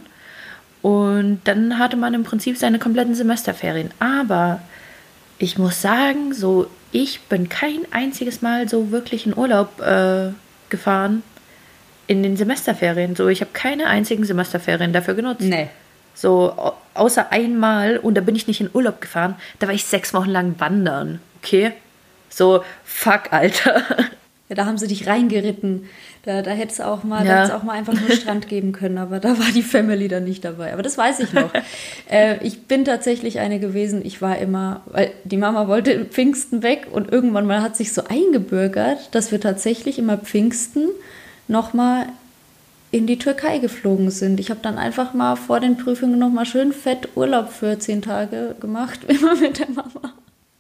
Und dann hatte man im Prinzip seine kompletten Semesterferien. Aber ich muss sagen, so, ich bin kein einziges Mal so wirklich in Urlaub äh, gefahren in den Semesterferien. So, ich habe keine einzigen Semesterferien dafür genutzt. Nee. So, au- außer einmal, und da bin ich nicht in Urlaub gefahren, da war ich sechs Wochen lang wandern. Okay? So, fuck, Alter. Ja, da haben sie dich reingeritten. Da, da hätte es auch mal, Ja. da hätte es auch mal einfach nur Strand geben können, aber da war die Family dann nicht dabei. Aber das weiß ich noch. äh, ich bin tatsächlich eine gewesen, ich war immer, weil die Mama wollte im Pfingsten weg und irgendwann mal hat sich so eingebürgert, dass wir tatsächlich immer Pfingsten nochmal in die Türkei geflogen sind. Ich habe dann einfach mal vor den Prüfungen nochmal schön fett Urlaub für zehn Tage gemacht, immer mit der Mama.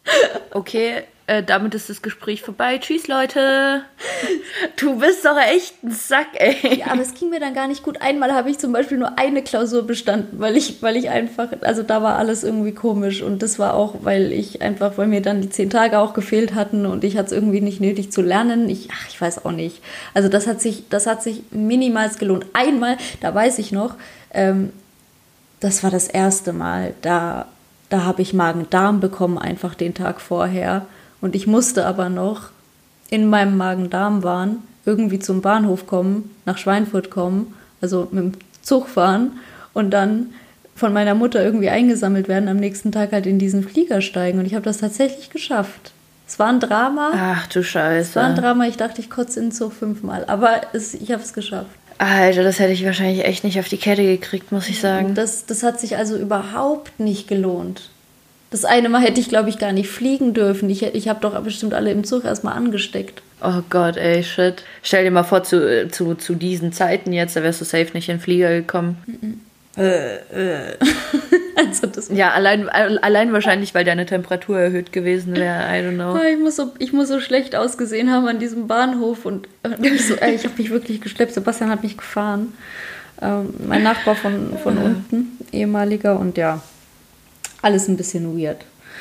Okay, äh, damit ist das Gespräch vorbei. Tschüss, Leute. Du bist doch echt ein Sack, ey. Ja, aber es ging mir dann gar nicht gut. Einmal habe ich zum Beispiel nur eine Klausur bestanden, weil ich, weil ich einfach, also da war alles irgendwie komisch und das war auch, weil ich einfach, weil mir dann die zehn Tage auch gefehlt hatten und ich hatte es irgendwie nicht nötig zu lernen. Ich, ach, ich weiß auch nicht. Also das hat sich, das hat sich minimals gelohnt. Einmal, da weiß ich noch, ähm, das war das erste Mal, da, da habe ich Magen-Darm bekommen, einfach den Tag vorher. Und ich musste aber noch in meinem Magen-Darm-Wahn irgendwie zum Bahnhof kommen, nach Schweinfurt kommen, also mit dem Zug fahren und dann von meiner Mutter irgendwie eingesammelt werden, am nächsten Tag halt in diesen Flieger steigen. Und ich habe das tatsächlich geschafft. Es war ein Drama. Ach du Scheiße. Es war ein Drama, ich dachte, ich kotze in den Zug fünfmal. Aber es, ich habe es geschafft. Alter, das hätte ich wahrscheinlich echt nicht auf die Kette gekriegt, muss ich sagen. Das, das hat sich also überhaupt nicht gelohnt. Das eine Mal hätte ich, glaube ich, gar nicht fliegen dürfen. Ich, ich habe doch bestimmt alle im Zug erstmal angesteckt. Oh Gott, ey, shit. Stell dir mal vor, zu, zu, zu diesen Zeiten jetzt, da wärst du safe nicht in den Flieger gekommen. Äh, äh. Also das Ja, allein, allein wahrscheinlich, weil deine Temperatur erhöht gewesen wäre. I don't know. Ich muss so, ich muss so schlecht ausgesehen haben an diesem Bahnhof. Und, und ich, so, ey, ich habe mich wirklich geschleppt. Sebastian hat mich gefahren. Ähm, mein Nachbar von, von unten, ehemaliger. Und ja, alles ein bisschen weird.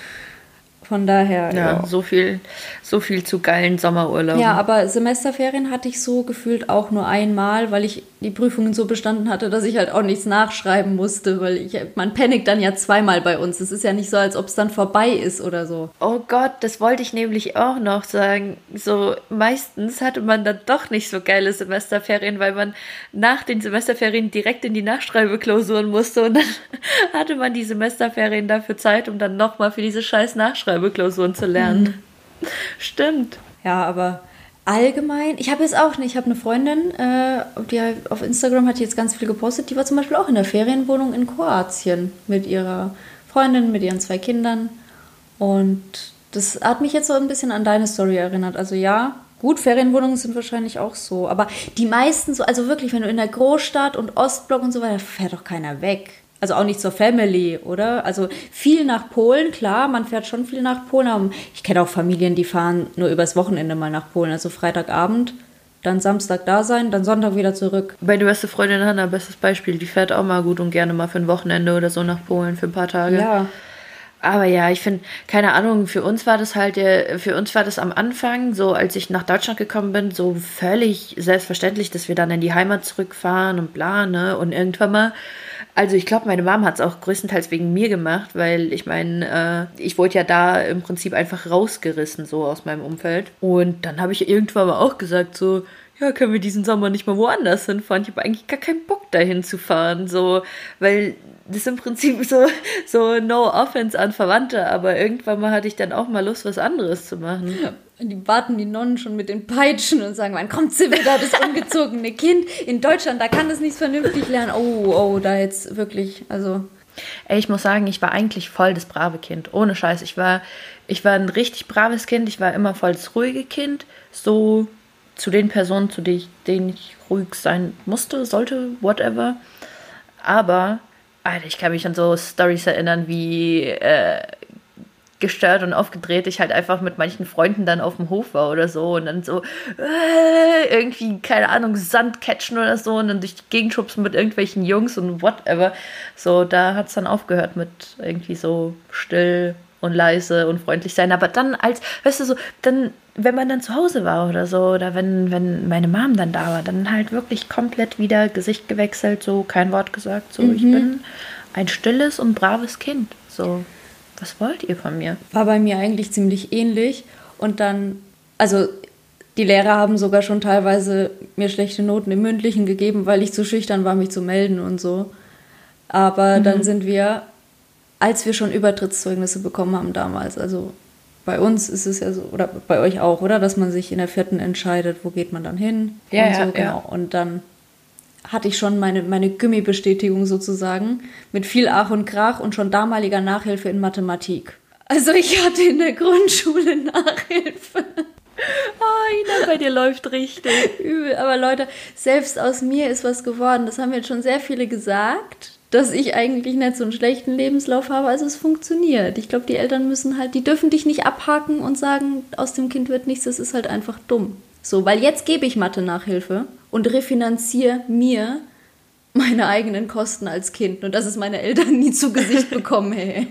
Von daher, Ja, ja. so viel, so viel zu geilen Sommerurlauben. Ja, aber Semesterferien hatte ich so gefühlt auch nur einmal, weil ich die Prüfungen so bestanden hatte, dass ich halt auch nichts nachschreiben musste, weil ich, man panickt dann ja zweimal bei uns. Es ist ja nicht so, als ob es dann vorbei ist oder so. Oh Gott, das wollte ich nämlich auch noch sagen. So, meistens hatte man dann doch nicht so geile Semesterferien, weil man nach den Semesterferien direkt in die Nachschreibeklausuren musste und dann hatte man die Semesterferien dafür Zeit, um dann nochmal für diese scheiß Nachschreibeklausuren zu lernen. Mhm. Stimmt. Ja, aber allgemein, ich habe jetzt auch nicht, ich habe eine Freundin, äh, die auf Instagram hat jetzt ganz viel gepostet, die war zum Beispiel auch in der Ferienwohnung in Kroatien mit ihrer Freundin, mit ihren zwei Kindern und das hat mich jetzt so ein bisschen an deine Story erinnert. Also ja, gut, Ferienwohnungen sind wahrscheinlich auch so, aber die meisten so, also wirklich, wenn du in der Großstadt und Ostblock und so weiter, fährt doch keiner weg. Also auch nicht zur Family, oder? Also viel nach Polen, klar, man fährt schon viel nach Polen. Aber ich kenne auch Familien, die fahren nur übers Wochenende mal nach Polen. Also Freitagabend, dann Samstag da sein, dann Sonntag wieder zurück. Meine beste Freundin Hanna, bestes Beispiel, die fährt auch mal gut und gerne mal für ein Wochenende oder so nach Polen für ein paar Tage. Ja. Aber ja, ich finde, keine Ahnung, für uns war das halt, der, für uns war das am Anfang, so als ich nach Deutschland gekommen bin, so völlig selbstverständlich, dass wir dann in die Heimat zurückfahren und bla, ne, und irgendwann mal, also ich glaube, meine Mom hat es auch größtenteils wegen mir gemacht, weil ich meine, äh, ich wurde ja da im Prinzip einfach rausgerissen, so aus meinem Umfeld. Und dann habe ich irgendwann mal auch gesagt, so, ja, können wir diesen Sommer nicht mal woanders hinfahren? Ich habe eigentlich gar keinen Bock, dahin zu fahren, so, weil das ist im Prinzip so, so no offense an Verwandte, aber irgendwann mal hatte ich dann auch mal Lust, was anderes zu machen. Ja. Die warten die Nonnen schon mit den Peitschen und sagen, wann kommt sie wieder, das ungezogene Kind in Deutschland, da kann das nicht vernünftig lernen. Oh, oh, da jetzt wirklich, also... Ey, ich muss sagen, ich war eigentlich voll das brave Kind, ohne Scheiß. Ich war, ich war ein richtig braves Kind, ich war immer voll das ruhige Kind, so zu den Personen, zu denen ich, denen ich ruhig sein musste, sollte, whatever. Aber, Alter, ich kann mich an so Storys erinnern, wie... Äh, gestört und aufgedreht ich halt einfach mit manchen Freunden dann auf dem Hof war oder so und dann so äh, irgendwie, keine Ahnung, Sand catchen oder so und dann durch die Gegend schubsen mit irgendwelchen Jungs und whatever. So, da hat es dann aufgehört mit irgendwie so still und leise und freundlich sein. Aber dann als, weißt du, so, dann, wenn man dann zu Hause war oder so, oder wenn, wenn meine Mom dann da war, dann halt wirklich komplett wieder Gesicht gewechselt, so kein Wort gesagt, so, mhm. ich bin ein stilles und braves Kind, so. Was wollt ihr von mir? War bei mir eigentlich ziemlich ähnlich. Und dann, also die Lehrer haben sogar schon teilweise mir schlechte Noten im Mündlichen gegeben, weil ich zu schüchtern war, mich zu melden und so. Aber mhm. dann sind wir, als wir schon Übertrittszeugnisse bekommen haben damals, also bei uns ist es ja so, oder bei euch auch, oder? Dass man sich in der vierten entscheidet, wo geht man dann hin? Ja, und so, ja, genau. ja. Und dann hatte ich schon meine, meine Gummi-Bestätigung sozusagen mit viel Ach und Krach und schon damaliger Nachhilfe in Mathematik. Also ich hatte in der Grundschule Nachhilfe. Oh, Ina, bei dir läuft richtig. Übel. Aber Leute, selbst aus mir ist was geworden. Das haben jetzt schon sehr viele gesagt, dass ich eigentlich nicht so einen schlechten Lebenslauf habe. Also es funktioniert. Ich glaube, die Eltern müssen halt, die dürfen dich nicht abhaken und sagen, aus dem Kind wird nichts, das ist halt einfach dumm. So, weil jetzt gebe ich Mathe-Nachhilfe und refinanziere mir meine eigenen Kosten als Kind. Und das ist meine Eltern nie zu Gesicht bekommen, hey.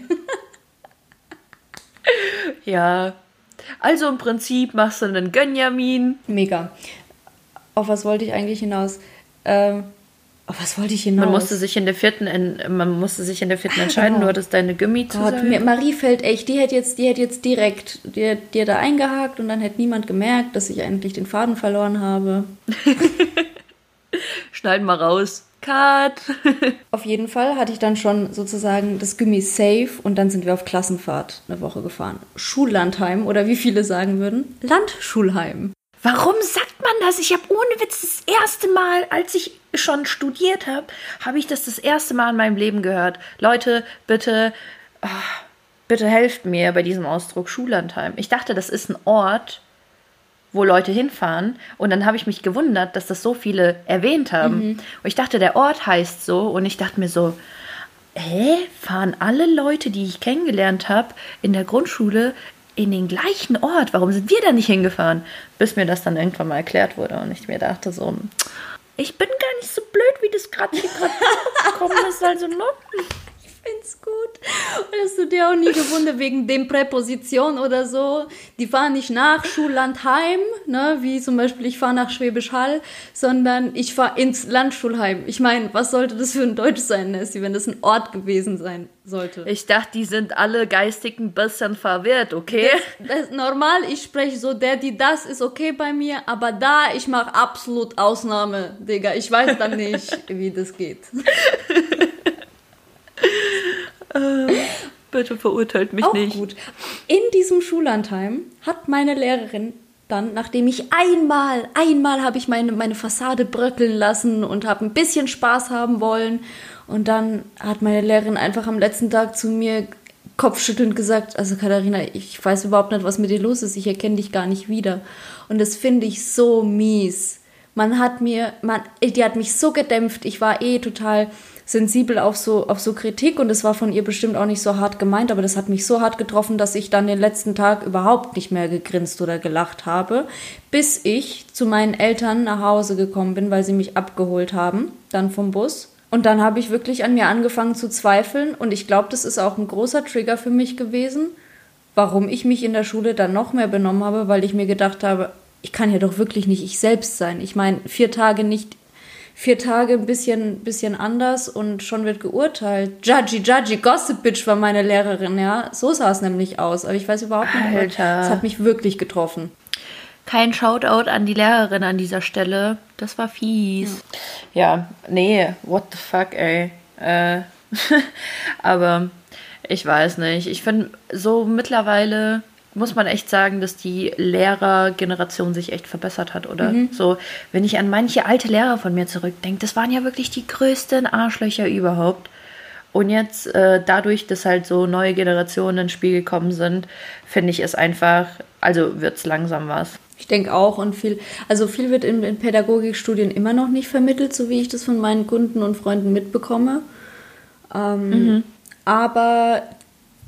Ja, also im Prinzip machst du einen Gönjamin. Mega. Auf was wollte ich eigentlich hinaus? Ähm, auf was wollte ich hinaus? Man musste sich in der vierten, man musste sich in der vierten entscheiden, genau. Du hattest deine Gummi zu Gott, mir, Marie fällt echt, die hätte jetzt, die hätte jetzt direkt, die, die hätte da eingehakt und dann hätte niemand gemerkt, dass ich eigentlich den Faden verloren habe. Schneiden mal raus. Cut. Auf jeden Fall hatte ich dann schon sozusagen das Gummi safe und dann sind wir auf Klassenfahrt eine Woche gefahren. Schullandheim oder wie viele sagen würden, Landschulheim. Warum sagt man das? Ich habe ohne Witz das erste Mal, als ich schon studiert habe, habe ich das das erste Mal in meinem Leben gehört. Leute, bitte, oh, bitte helft mir bei diesem Ausdruck Schullandheim. Ich dachte, das ist ein Ort, wo Leute hinfahren. Und dann habe ich mich gewundert, dass das so viele erwähnt haben. Mhm. Und ich dachte, der Ort heißt so. Und ich dachte mir so, hä, fahren alle Leute, die ich kennengelernt habe, in der Grundschule in den gleichen Ort? Warum sind wir da nicht hingefahren? Bis mir das dann irgendwann mal erklärt wurde. Und ich mir dachte so, ich bin gar nicht so blöd, wie das gerade hier gerade gekommen ist. Also, ne? Ich find's gut. Und hast du dir auch nie gewundert wegen dem Präposition oder so? Die fahren nicht nach Schullandheim, ne, wie zum Beispiel ich fahre nach Schwäbisch Hall, sondern ich fahre ins Landschulheim. Ich meine, was sollte das für ein Deutsch sein, Nessie, wenn das ein Ort gewesen sein sollte? Ich dachte, die sind alle geistig ein bisschen verwirrt, okay? Das, das, normal, ich spreche so, der, die, das ist okay bei mir, aber da, ich mache absolut Ausnahme, Digga. Ich weiß dann nicht, wie das geht. Äh, bitte verurteilt mich auch nicht. Gut. In diesem Schullandheim hat meine Lehrerin dann, nachdem ich einmal, einmal habe ich meine, meine Fassade bröckeln lassen und habe ein bisschen Spaß haben wollen und dann hat meine Lehrerin einfach am letzten Tag zu mir kopfschüttelnd gesagt, also Katharina, ich weiß überhaupt nicht, was mit dir los ist, ich erkenne dich gar nicht wieder. Und das finde ich so mies. Man hat mir, man, die hat mich so gedämpft, ich war eh total sensibel auf so, auf so Kritik und es war von ihr bestimmt auch nicht so hart gemeint, aber das hat mich so hart getroffen, dass ich dann den letzten Tag überhaupt nicht mehr gegrinst oder gelacht habe, bis ich zu meinen Eltern nach Hause gekommen bin, weil sie mich abgeholt haben, dann vom Bus. Und dann habe ich wirklich an mir angefangen zu zweifeln und ich glaube, das ist auch ein großer Trigger für mich gewesen, warum ich mich in der Schule dann noch mehr benommen habe, weil ich mir gedacht habe, ich kann ja doch wirklich nicht ich selbst sein. Ich meine, vier Tage nicht Vier Tage ein bisschen, bisschen anders und schon wird geurteilt. Judgy, judgy, Gossip Bitch war meine Lehrerin, ja. So sah es nämlich aus. Aber ich weiß überhaupt nicht, Alter. Es hat mich wirklich getroffen. Kein Shoutout an die Lehrerin an dieser Stelle. Das war fies. Ja, ja nee, what the fuck, ey. Äh, aber ich weiß nicht. Ich finde, so mittlerweile muss man echt sagen, dass die Lehrergeneration sich echt verbessert hat, oder? Mhm. So, wenn ich an manche alte Lehrer von mir zurückdenke, das waren ja wirklich die größten Arschlöcher überhaupt. Und jetzt, äh, dadurch, dass halt so neue Generationen ins Spiel gekommen sind, finde ich es einfach, also wird's langsam was. Ich denke auch und viel, also viel wird in, in Pädagogikstudien immer noch nicht vermittelt, so wie ich das von meinen Kunden und Freunden mitbekomme. Ähm, mhm. Aber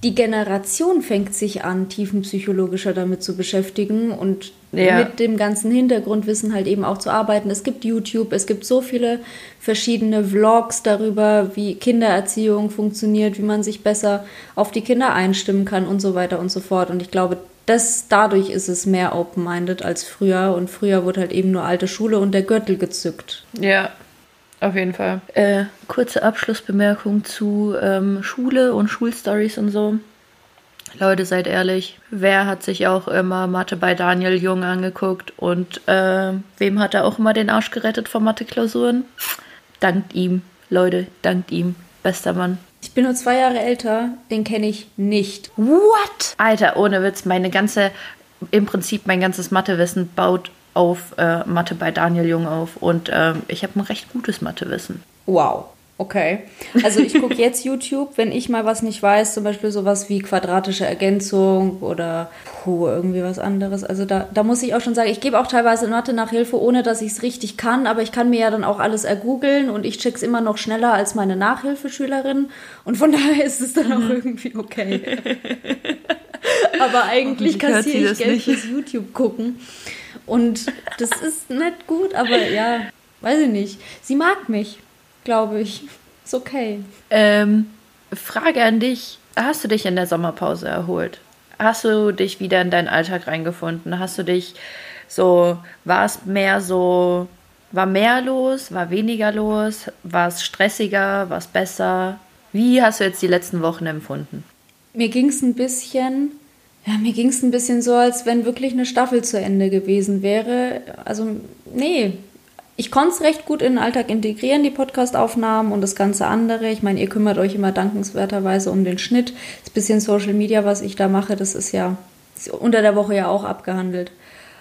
die Generation fängt sich an, tiefenpsychologischer damit zu beschäftigen und ja. mit dem ganzen Hintergrundwissen halt eben auch zu arbeiten. Es gibt YouTube, es gibt so viele verschiedene Vlogs darüber, wie Kindererziehung funktioniert, wie man sich besser auf die Kinder einstimmen kann und so weiter und so fort. Und ich glaube, das, dadurch ist es mehr open-minded als früher. Und früher wurde halt eben nur alte Schule und der Gürtel gezückt. Ja. Auf jeden Fall. Äh, kurze Abschlussbemerkung zu ähm, Schule und Schulstories und so. Leute, seid ehrlich, wer hat sich auch immer Mathe bei Daniel Jung angeguckt und äh, wem hat er auch immer den Arsch gerettet vor Mathe-Klausuren? Dankt ihm, Leute, dankt ihm. Bester Mann. Ich bin nur zwei Jahre älter, den kenne ich nicht. What? Alter, ohne Witz, meine ganze, im Prinzip mein ganzes Mathewissen baut auf äh, Mathe bei Daniel Jung auf und ähm, ich habe ein recht gutes Mathewissen. Wow, okay. Also ich gucke jetzt YouTube, wenn ich mal was nicht weiß, zum Beispiel sowas wie quadratische Ergänzung oder puh, irgendwie was anderes. Also da, da muss ich auch schon sagen, ich gebe auch teilweise Mathe Nachhilfe, ohne dass ich es richtig kann, aber ich kann mir ja dann auch alles ergoogeln und ich check's immer noch schneller als meine Nachhilfeschülerin und von daher ist es dann mhm. auch irgendwie okay. Aber eigentlich kassiere ich Geld nicht fürs YouTube gucken. Und das ist nicht gut, aber ja, weiß ich nicht. Sie mag mich, glaube ich. Ist okay. Ähm, Frage an dich. Hast du dich in der Sommerpause erholt? Hast du dich wieder in deinen Alltag reingefunden? Hast du dich so, war es mehr so, war mehr los, war weniger los? War es stressiger, war es besser? Wie hast du jetzt die letzten Wochen empfunden? Mir ging es ein bisschen... Ja, mir ging es ein bisschen so, als wenn wirklich eine Staffel zu Ende gewesen wäre. Also, nee, ich konnte es recht gut in den Alltag integrieren, die Podcast-Aufnahmen und das ganze andere. Ich meine, ihr kümmert euch immer dankenswerterweise um den Schnitt. Das bisschen Social Media, was ich da mache, das ist ja ist unter der Woche ja auch abgehandelt.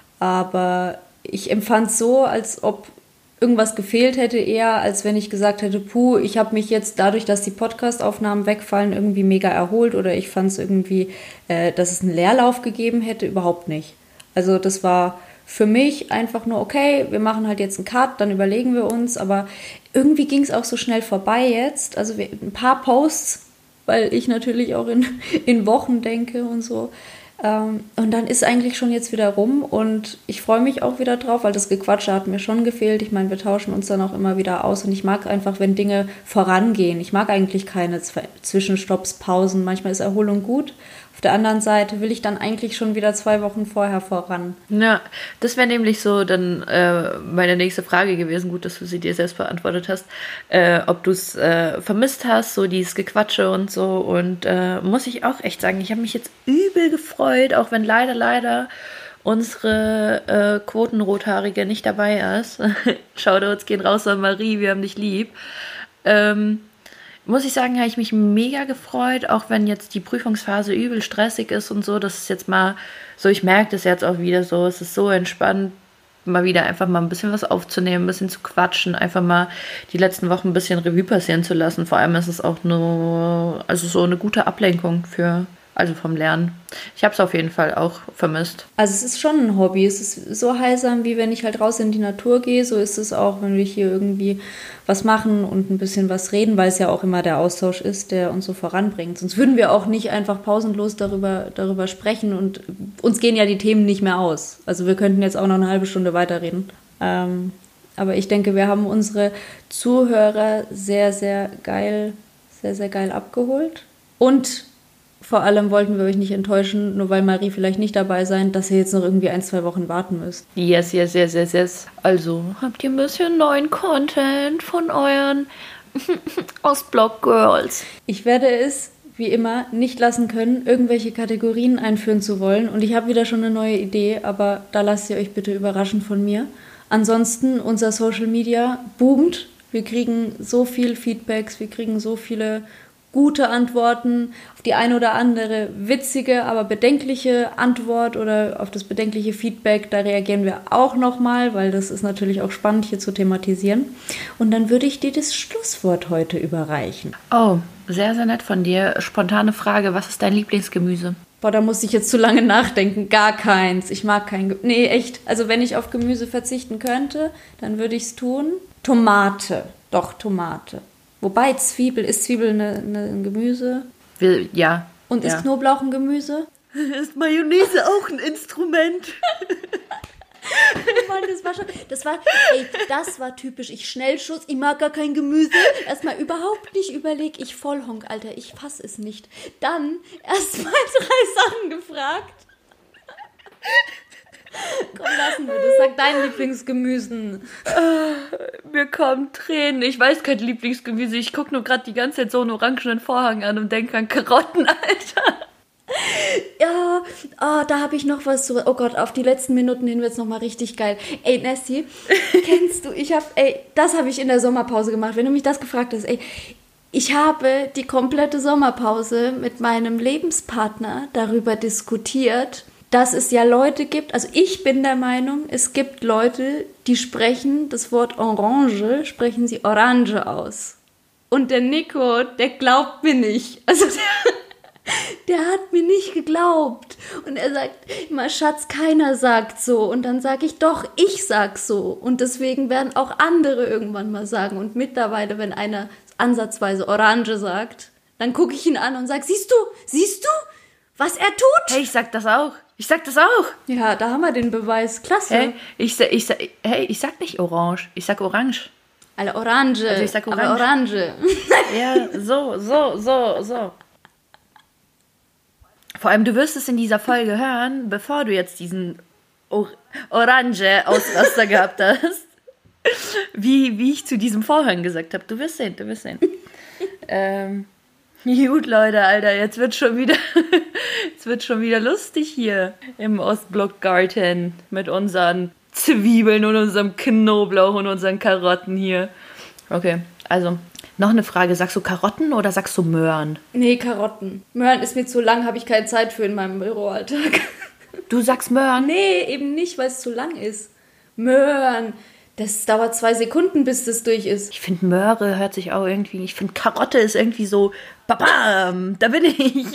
Aber ich empfand es so, als ob irgendwas gefehlt hätte, eher als wenn ich gesagt hätte, puh, ich habe mich jetzt dadurch, dass die Podcast-Aufnahmen wegfallen, irgendwie mega erholt oder ich fand es irgendwie, äh, dass es einen Leerlauf gegeben hätte, überhaupt nicht. Also das war für mich einfach nur, okay, wir machen halt jetzt einen Cut, dann überlegen wir uns, aber irgendwie ging es auch so schnell vorbei jetzt, also wir, ein paar Posts, weil ich natürlich auch in, in Wochen denke und so. Und dann ist eigentlich schon jetzt wieder rum und ich freue mich auch wieder drauf, weil das Gequatsche hat mir schon gefehlt. Ich meine, wir tauschen uns dann auch immer wieder aus und ich mag einfach, wenn Dinge vorangehen. Ich mag eigentlich keine Zwischenstopps, Pausen. Manchmal ist Erholung gut. Auf der anderen Seite will ich dann eigentlich schon wieder zwei Wochen vorher voran. Ja, das wäre nämlich so dann äh, meine nächste Frage gewesen. Gut, dass du sie dir selbst beantwortet hast. Äh, ob du es äh, vermisst hast, so dieses Gequatsche und so. Und äh, muss ich auch echt sagen, ich habe mich jetzt übel gefreut, auch wenn leider, leider unsere äh, Quotenrothaarige nicht dabei ist. Shoutouts gehen raus an Marie, wir haben dich lieb. Ähm, muss ich sagen, habe ich mich mega gefreut, auch wenn jetzt die Prüfungsphase übel stressig ist und so, das ist jetzt mal so, ich merke das jetzt auch wieder so, es ist so entspannt, mal wieder einfach mal ein bisschen was aufzunehmen, ein bisschen zu quatschen, einfach mal die letzten Wochen ein bisschen Revue passieren zu lassen. Vor allem ist es auch nur, also so eine gute Ablenkung für, also vom Lernen. Ich habe es auf jeden Fall auch vermisst. Also es ist schon ein Hobby. Es ist so heilsam, wie wenn ich halt raus in die Natur gehe. So ist es auch, wenn wir hier irgendwie was machen und ein bisschen was reden, weil es ja auch immer der Austausch ist, der uns so voranbringt. Sonst würden wir auch nicht einfach pausenlos darüber, darüber sprechen und uns gehen ja die Themen nicht mehr aus. Also wir könnten jetzt auch noch eine halbe Stunde weiterreden. Ähm, aber ich denke, wir haben unsere Zuhörer sehr, sehr geil, sehr, sehr geil abgeholt. Und vor allem wollten wir euch nicht enttäuschen, nur weil Marie vielleicht nicht dabei sein, dass ihr jetzt noch irgendwie ein, zwei Wochen warten müsst. Yes, yes, yes, yes, yes. Also, habt ihr ein bisschen neuen Content von euren Ostblock Girls? Ich werde es, wie immer, nicht lassen können, irgendwelche Kategorien einführen zu wollen. Und ich habe wieder schon eine neue Idee, aber da lasst ihr euch bitte überraschen von mir. Ansonsten, unser Social Media boomt. Wir kriegen so viel Feedbacks, wir kriegen so viele gute Antworten auf die eine oder andere witzige, aber bedenkliche Antwort oder auf das bedenkliche Feedback. Da reagieren wir auch nochmal, weil das ist natürlich auch spannend hier zu thematisieren. Und dann würde ich dir das Schlusswort heute überreichen. Oh, sehr, sehr nett von dir. Spontane Frage, was ist dein Lieblingsgemüse? Boah, da musste ich jetzt zu lange nachdenken. Gar keins. Ich mag kein Gemüse. Nee, echt. Also wenn ich auf Gemüse verzichten könnte, dann würde ich es tun. Tomate. Doch, Tomate. Wobei Zwiebel, ist Zwiebel eine, eine, ein Gemüse? Ja, Und ist Ja. Knoblauch ein Gemüse? Ist Mayonnaise auch ein Instrument? Mann, das war schon, das war, ey, das war typisch. Ich Schnellschuss, ich mag gar kein Gemüse. Erstmal überhaupt nicht überleg, ich Vollhonk, Alter, ich fass es nicht. Dann erstmal drei Sachen gefragt. Komm, lassen wir das. Sag dein Lieblingsgemüsen. Mir kommen Tränen. Ich weiß kein Lieblingsgemüse. Ich gucke nur gerade die ganze Zeit so einen orangenen Vorhang an und denke an Karotten, Alter. Ja, ah, da habe ich noch was zu. Oh Gott, auf die letzten Minuten hin wird's noch mal richtig geil. Ey, Nessie, kennst du, ich habe, ey, das habe ich in der Sommerpause gemacht. Wenn du mich das gefragt hast, ey, ich habe die komplette Sommerpause mit meinem Lebenspartner darüber diskutiert, dass es ja Leute gibt, also ich bin der Meinung, es gibt Leute, die sprechen das Wort Orange, sprechen sie Orange aus. Und der Nico, der glaubt mir nicht. Also der, der hat mir nicht geglaubt. Und er sagt immer, Schatz, keiner sagt so. Und dann sage ich, doch, ich sag so. Und deswegen werden auch andere irgendwann mal sagen. Und mittlerweile, wenn einer ansatzweise Orange sagt, dann gucke ich ihn an und sage, siehst du, siehst du, was er tut? Hey, ich sag das auch. Ich sag das auch. Ja, da haben wir den Beweis. Klasse. Hey, ich, sa- ich, sa- hey, ich sag nicht orange. Ich sag orange. Alle Orange. Also ich sag Aber orange. Orange. Ja, so, so, so, so. Vor allem, du wirst es in dieser Folge hören, bevor du jetzt diesen Or- Orange-Ausraster gehabt hast. Wie, wie ich zu diesem Vorhang gesagt habe. Du wirst sehen, du wirst sehen. ähm, gut, Leute, Alter, jetzt wird schon wieder, jetzt wird schon wieder lustig hier im Ostblock-Garten mit unseren Zwiebeln und unserem Knoblauch und unseren Karotten hier. Okay, also noch eine Frage. Sagst du Karotten oder sagst du Möhren? Nee, Karotten. Möhren ist mir zu lang, habe ich keine Zeit für in meinem Büroalltag. Du sagst Möhren? Nee, eben nicht, weil es zu lang ist. Möhren. Das dauert zwei Sekunden, bis das durch ist. Ich finde Möhre hört sich auch irgendwie, ich finde Karotte ist irgendwie so, babam, da bin ich.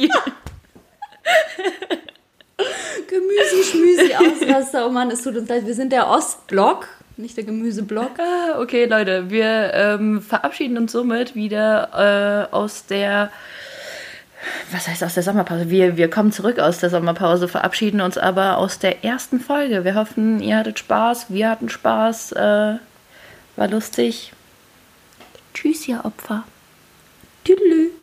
Gemüsi, Schmüsi, Ausraster. Oh Mann, es tut uns leid. Wir sind der Ostblock, nicht der Gemüseblock. Ah, okay, Leute, wir ähm, verabschieden uns somit wieder äh, aus der, was heißt aus der Sommerpause? Wir, wir kommen zurück aus der Sommerpause, verabschieden uns aber aus der ersten Folge. Wir hoffen, ihr hattet Spaß, wir hatten Spaß, äh, war lustig. Tschüss, ihr Opfer. Tüdelü.